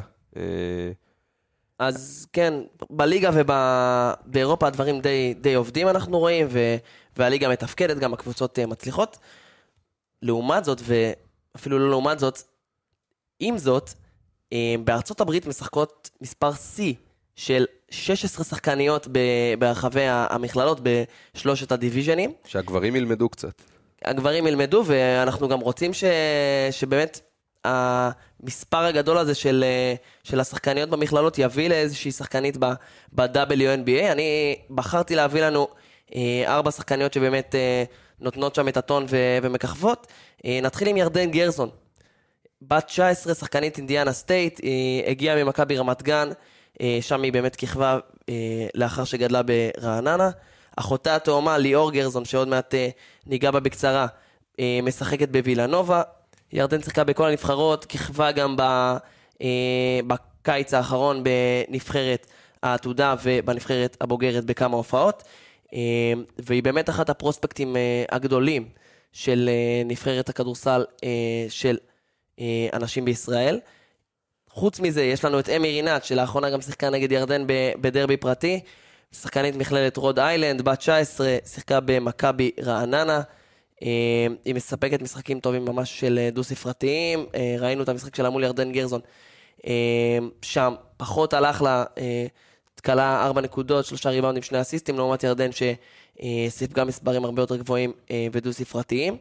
אז כן, בליגה ובאירופה הדברים די עובדים אנחנו רואים, והליגה מתפקדת, גם הקבוצות מצליחות. לעומת זאת, ואפילו לא לעומת זאת, עם זאת, בארצות הברית משחקות מספר C של 16 שחקניות ברחבי המכללות בשלושת הדיוויז'נים. שהגברים ילמדו קצת. הגברים ילמדו, ואנחנו גם רוצים שבאמת המספר הגדול הזה של השחקניות במכללות יביא לאיזושהי שחקנית ב-WNBA. אני בחרתי להביא לנו 4 שחקניות שבאמת נותנות שם את הטון ומככבות. נתחיל עם ירדן גרזון. בת 19, שחקנית אינדיאנה סטייט, היא הגיעה ממכבי רמת גן, שם היא באמת כיכבה לאחר שגדלה ברעננה. אחותה התאומה ליאור גרזון, שעוד מעט ניגע בה בקצרה, משחקת בווילנובה. ירדן שיחקה בכל הנבחרות, כיכבה גם בקיץ האחרון בנבחרת העתודה ובנבחרת הבוגרת בכמה הופעות, והיא באמת אחת הפרוספקטים הגדולים של נבחרת הכדורסל של אנשים בישראל. חוץ מזה, יש לנו את אמי רינת, שלאחרונה גם שיחקה נגד ירדן בדרבי פרטי, שחקנית מכללת רוד איילנד, בת 19, שיחקה במכבי רעננה, היא מספקת משחקים טובים ממש של דו-ספרתיים, ראינו את המשחק שלה מול ירדן גרזון, שם פחות הלך לה, תקלה 4 נקודות, 3 ריבאונדים, 2 אסיסטים, לעומת ירדן שסיפגה מספרים הרבה יותר גבוהים ודו-ספרתיים.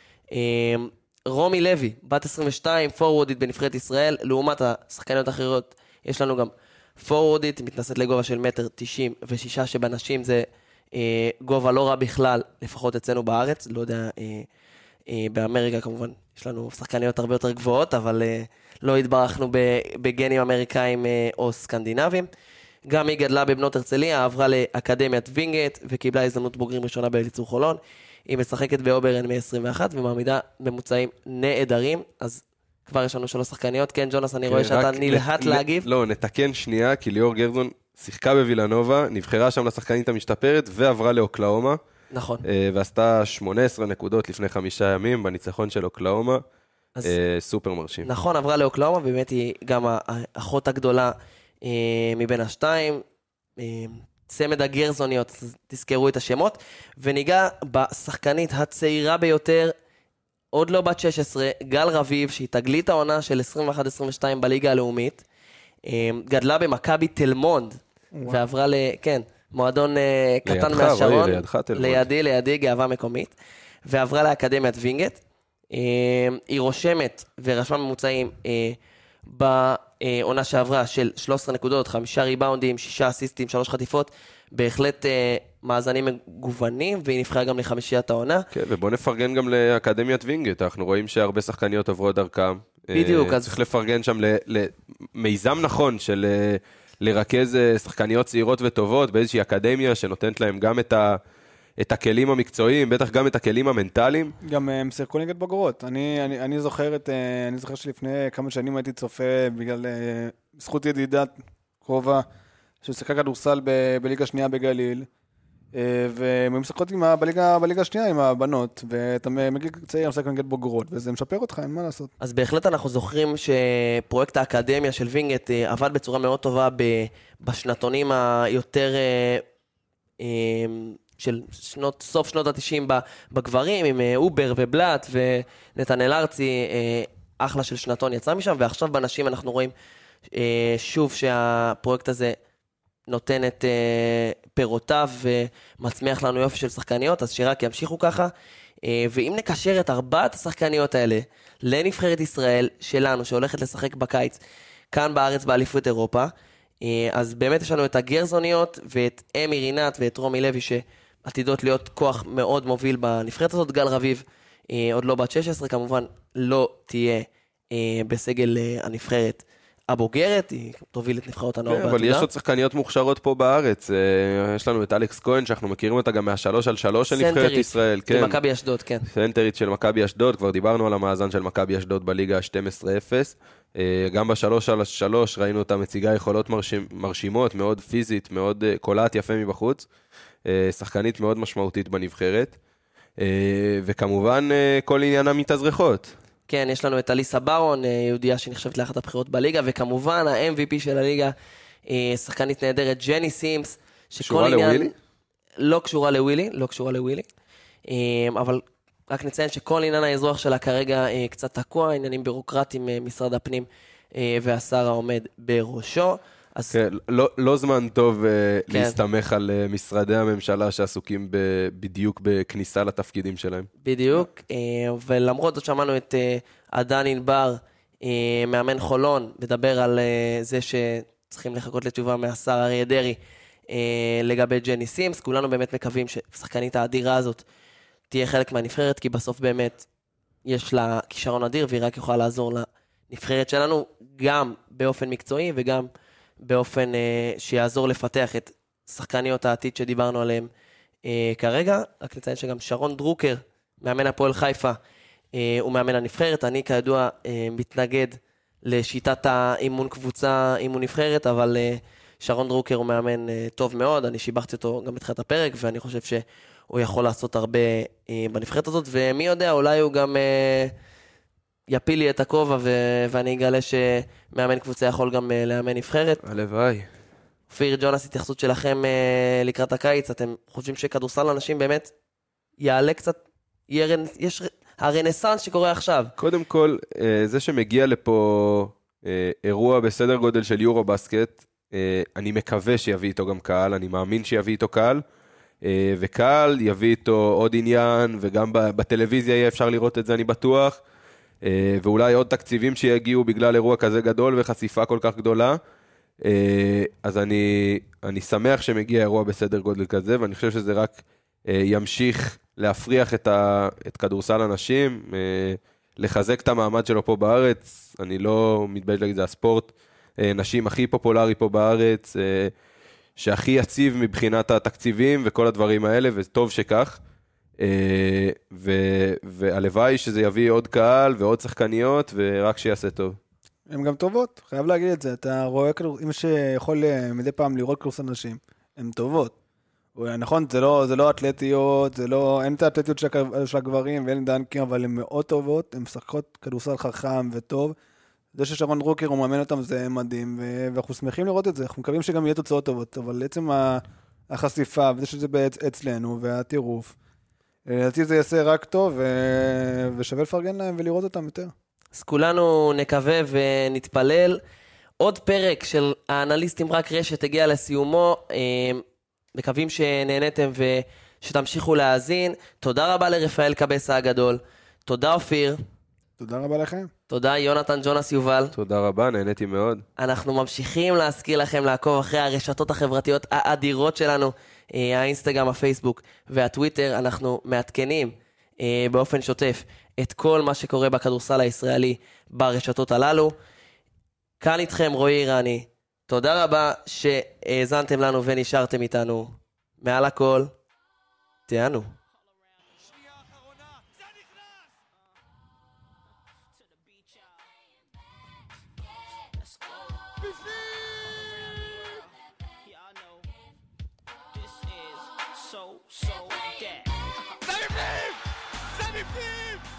רומי לוי, בת 22, פורוורדית בנבחרת ישראל, לעומת השחקניות האחרות, יש לנו גם פורוורדית, היא מתנסית לגובה של 1.96 שבנשים זה גובה לא רע בכלל, לפחות אצלנו בארץ, לא יודע, באמריקה כמובן, יש לנו שחקניות הרבה יותר גבוהות, אבל לא התברכנו בגנים אמריקאים או סקנדינבים. גם היא גדלה בבנות הרצליה, עברה לאקדמיית וינגייט, וקיבלה הזדמנות בוגרים ראשונה באליצור חולון. היא משחקת באוברן מ-21, ומעמידה ממוצעים נהדרים, אז כבר יש לנו 3 שחקניות. כן, ג'ונס, אני רואה שאתה נלהט להגיב. לא, נתקן שנייה, כי ליאור גרזון שיחקה בווילנובה, נבחרה שם לשחקנית המשתפרת, ועברה לאוקלאומה. נכון. ועשתה 18 נקודות לפני 5 ימים, בניצחון של אוקלאומה. סופר מרשים. נכון, עברה לאוקלאומה, באמת היא גם האחות הגדולה מבין השתיים, צמד הגרזוניות, תזכרו את השמות, וניגע בשחקנית הצעירה ביותר, עוד לא בת 16, גל רביב, שהיא תגלית העונה של 21-22 בליגה הלאומית, גדלה במכבי תל מונד, ועברה כן, מועדון קטן מהשרון, לידי, גאווה מקומית, ועברה לאקדמיית וינגייט, היא רושמת ורשמה ממוצעים בעונה שעברה של 13 נקודות, 5 ריבאונדים, 6 אסיסטים, 3 חטיפות, בהחלט מאזנים מגוונים, והיא נבחרה גם לחמישיית העונה. כן, ובוא נפרגן גם לאקדמיית וינגייט, אנחנו רואים שהרבה שחקניות עברו דרכם. בדיוק. צריך לפרגן שם למיזם נכון של לרכז שחקניות צעירות וטובות באיזושהי אקדמיה שנותנת להם גם את הכלים המקצועיים, בטח גם את הכלים המנטליים. גם הם שיחקו נגד בוגרות. אני זוכר שלפני כמה שנים הייתי צופה בגלל זכות ידידת קרובה, ששיחקה כדורסל בליגה שנייה בגליל, והם משחקות בליגה השנייה עם הבנות, ואתה מגיע צעיר משחק נגד בוגרות, וזה משפר אותך, אין מה לעשות. אז בהחלט אנחנו זוכרים שפרויקט האקדמיה של וינגייט עבד בצורה מאוד טובה בשנתונים היותר של סוף שנות ה-90 בגברים, עם אובר ובלט ונתנאל ארצי, אחלה של שנתון יצא משם, ועכשיו בנשים אנחנו רואים שוב שהפרויקט הזה נותן את פירותיו ומצמיח לנו יופי של שחקניות, אז שרק ימשיכו ככה. ואם נקשר את 4 השחקניות האלה לנבחרת ישראל שלנו, שהולכת לשחק בקיץ כאן בארץ באליפות אירופה, אז באמת יש לנו את הגרזוניות ואת אמי רינת ואת רומי לוי שעתידות להיות כוח מאוד מוביל בנבחרת הזאת. גל רביב עוד לא בת 16, כמובן לא תהיה בסגל הנבחרת הבוגרת, היא תוביל את נבחרות הנוער בעתודה. אבל יש עוד שחקניות מוכשרות פה בארץ, יש לנו את אלכס כהן, שאנחנו מכירים אותה גם מה3-על-3 של נבחרת ישראל. סנטרית, של מכבי אשדוד, כן. סנטרית של מכבי אשדוד, כבר דיברנו על המאזן של מכבי אשדוד בליגה 12-0, גם ב3-על-3 ראינו אותה מציגה יכולות מרשימות, מאוד פיזית, מאוד קולעת יפה מבחוץ, שחקנית מאוד משמעותית בנבחרת, וכמובן כל עניין המתאזרחות. כן, יש לנו את אליסה ברון, יהודיה שנחשבת לאחת הבחירות בליגה, וכמובן ה-MVP של הליגה, שחקנית נהדרת, ג'ני סימס, קשורה לווילי? לא קשורה לווילי, אבל רק נציין שכל עניין האזרוח שלה כרגע קצת תקוע, עניינים בירוקרטיים משרד הפנים והשר העומד בראשו. כן, לא זמן טוב להסתמך על משרדי הממשלה שעסוקים בדיוק בכניסה לתפקידים שלהם. בדיוק, ולמרות זאת שמענו את עדן ענבר, מאמן חולון, מדבר על זה שצריכים לחכות לתשובה מהשר אריה דרעי לגבי ג'ני סימס. כולנו באמת מקווים ששחקנית האדירה הזאת תהיה חלק מהנבחרת, כי בסוף באמת יש לה כישרון אדיר, והיא רק יכולה לעזור לנבחרת שלנו, גם באופן מקצועי וגם באופן שיעזור לפתח את שחקניות העתיד שדיברנו עליהם כרגע. רק לציין שגם שרון דרוקר, מאמן הפועל חיפה, הוא מאמן הנבחרת. אני כידוע מתנגד לשיטת האימון קבוצה, אימון נבחרת, אבל שרון דרוקר הוא מאמן טוב מאוד, אני שיבחתי אותו גם בתחילת הפרק, ואני חושב שהוא יכול לעשות הרבה בנבחרת הזאת, ומי יודע, אולי הוא גם יפיל לי את הכובע, ואני אגלה שמאמן קבוצה יכול גם לאמן נבחרת. הלוואי. אופיר, ג'ונס, התייחסות שלכם לקראת הקיץ, אתם חושבים שכדורסל לאנשים באמת יעלה קצת, יש הרנסנס שקורה עכשיו? קודם כל, זה שמגיע לפה אירוע בסדר גודל של יורו בסקט, אני מקווה שיביא איתו גם קהל, אני מאמין שיביא איתו קהל, וקהל יביא איתו עוד עניין, וגם בטלוויזיה יהיה אפשר לראות את זה, אני בטוח, ואולי עוד תקציבים שיגיעו בגלל אירוע כזה גדול וחשיפה כל כך גדולה, אז אני שמח שמגיע אירוע בסדר גודל כזה, ואני חושב שזה רק ימשיך להפריח את כדורסל הנשים, לחזק את המעמד שלו פה בארץ. אני לא מתבייש להגיד, זה הספורט נשים הכי פופולרי פה בארץ, שהכי יציב מבחינת התקציבים וכל הדברים האלה, וטוב שכך. והלוואי שזה יביא עוד קהל ועוד שחקניות, ורק שיעשה טוב. הן גם טובות, חייב להגיד את זה. אתה רואה, אם שיכול מדי פעם לראות כדורסל נשים, הן טובות. נכון, זה לא אתלטיות, אין את האתלטיות של הגברים ואין דנקים, אבל הן מאוד טובות, הן משחקות כדורסל חכם וטוב. זה ששרון דרוקר הוא מאמן אותם זה מדהים, ואנחנו שמחים לראות את זה, אנחנו מקווים שגם יהיה תוצאות טובות, אבל עצם החשיפה, וזה שזה אצלנו, והטירוף, לדעתי זה יעשה רק טוב, ושווה לפרגן להם ולראות אותם יותר. אז כולנו נקווה ונתפלל. עוד פרק של האנליסטים רק רשת הגיע לסיומו, מקווים שנהנתם ושתמשיכו להאזין. תודה רבה לרפאל קבסה הגדול. תודה אופיר. תודה רבה לכם. תודה יונתן ג'ונס יובל. תודה רבה, נהניתי מאוד. אנחנו ממשיכים להזכיר לכם לעקוב אחרי הרשתות החברתיות האדירות שלנו, האינסטגרם, הפייסבוק והטוויטר. אנחנו מעדכנים באופן שוטף את כל מה שקורה בכדורסל הישראלי ברשתות הללו. כאן איתכם רועי אירני. תודה רבה שהאזנתם לנו ונשארתם איתנו. מעל הכל, תהנו. שנייה האחרונה, זה נכנס! To the beach out. Let's go. Yeah, I know. This is so that. זה בפנים! זה בפנים!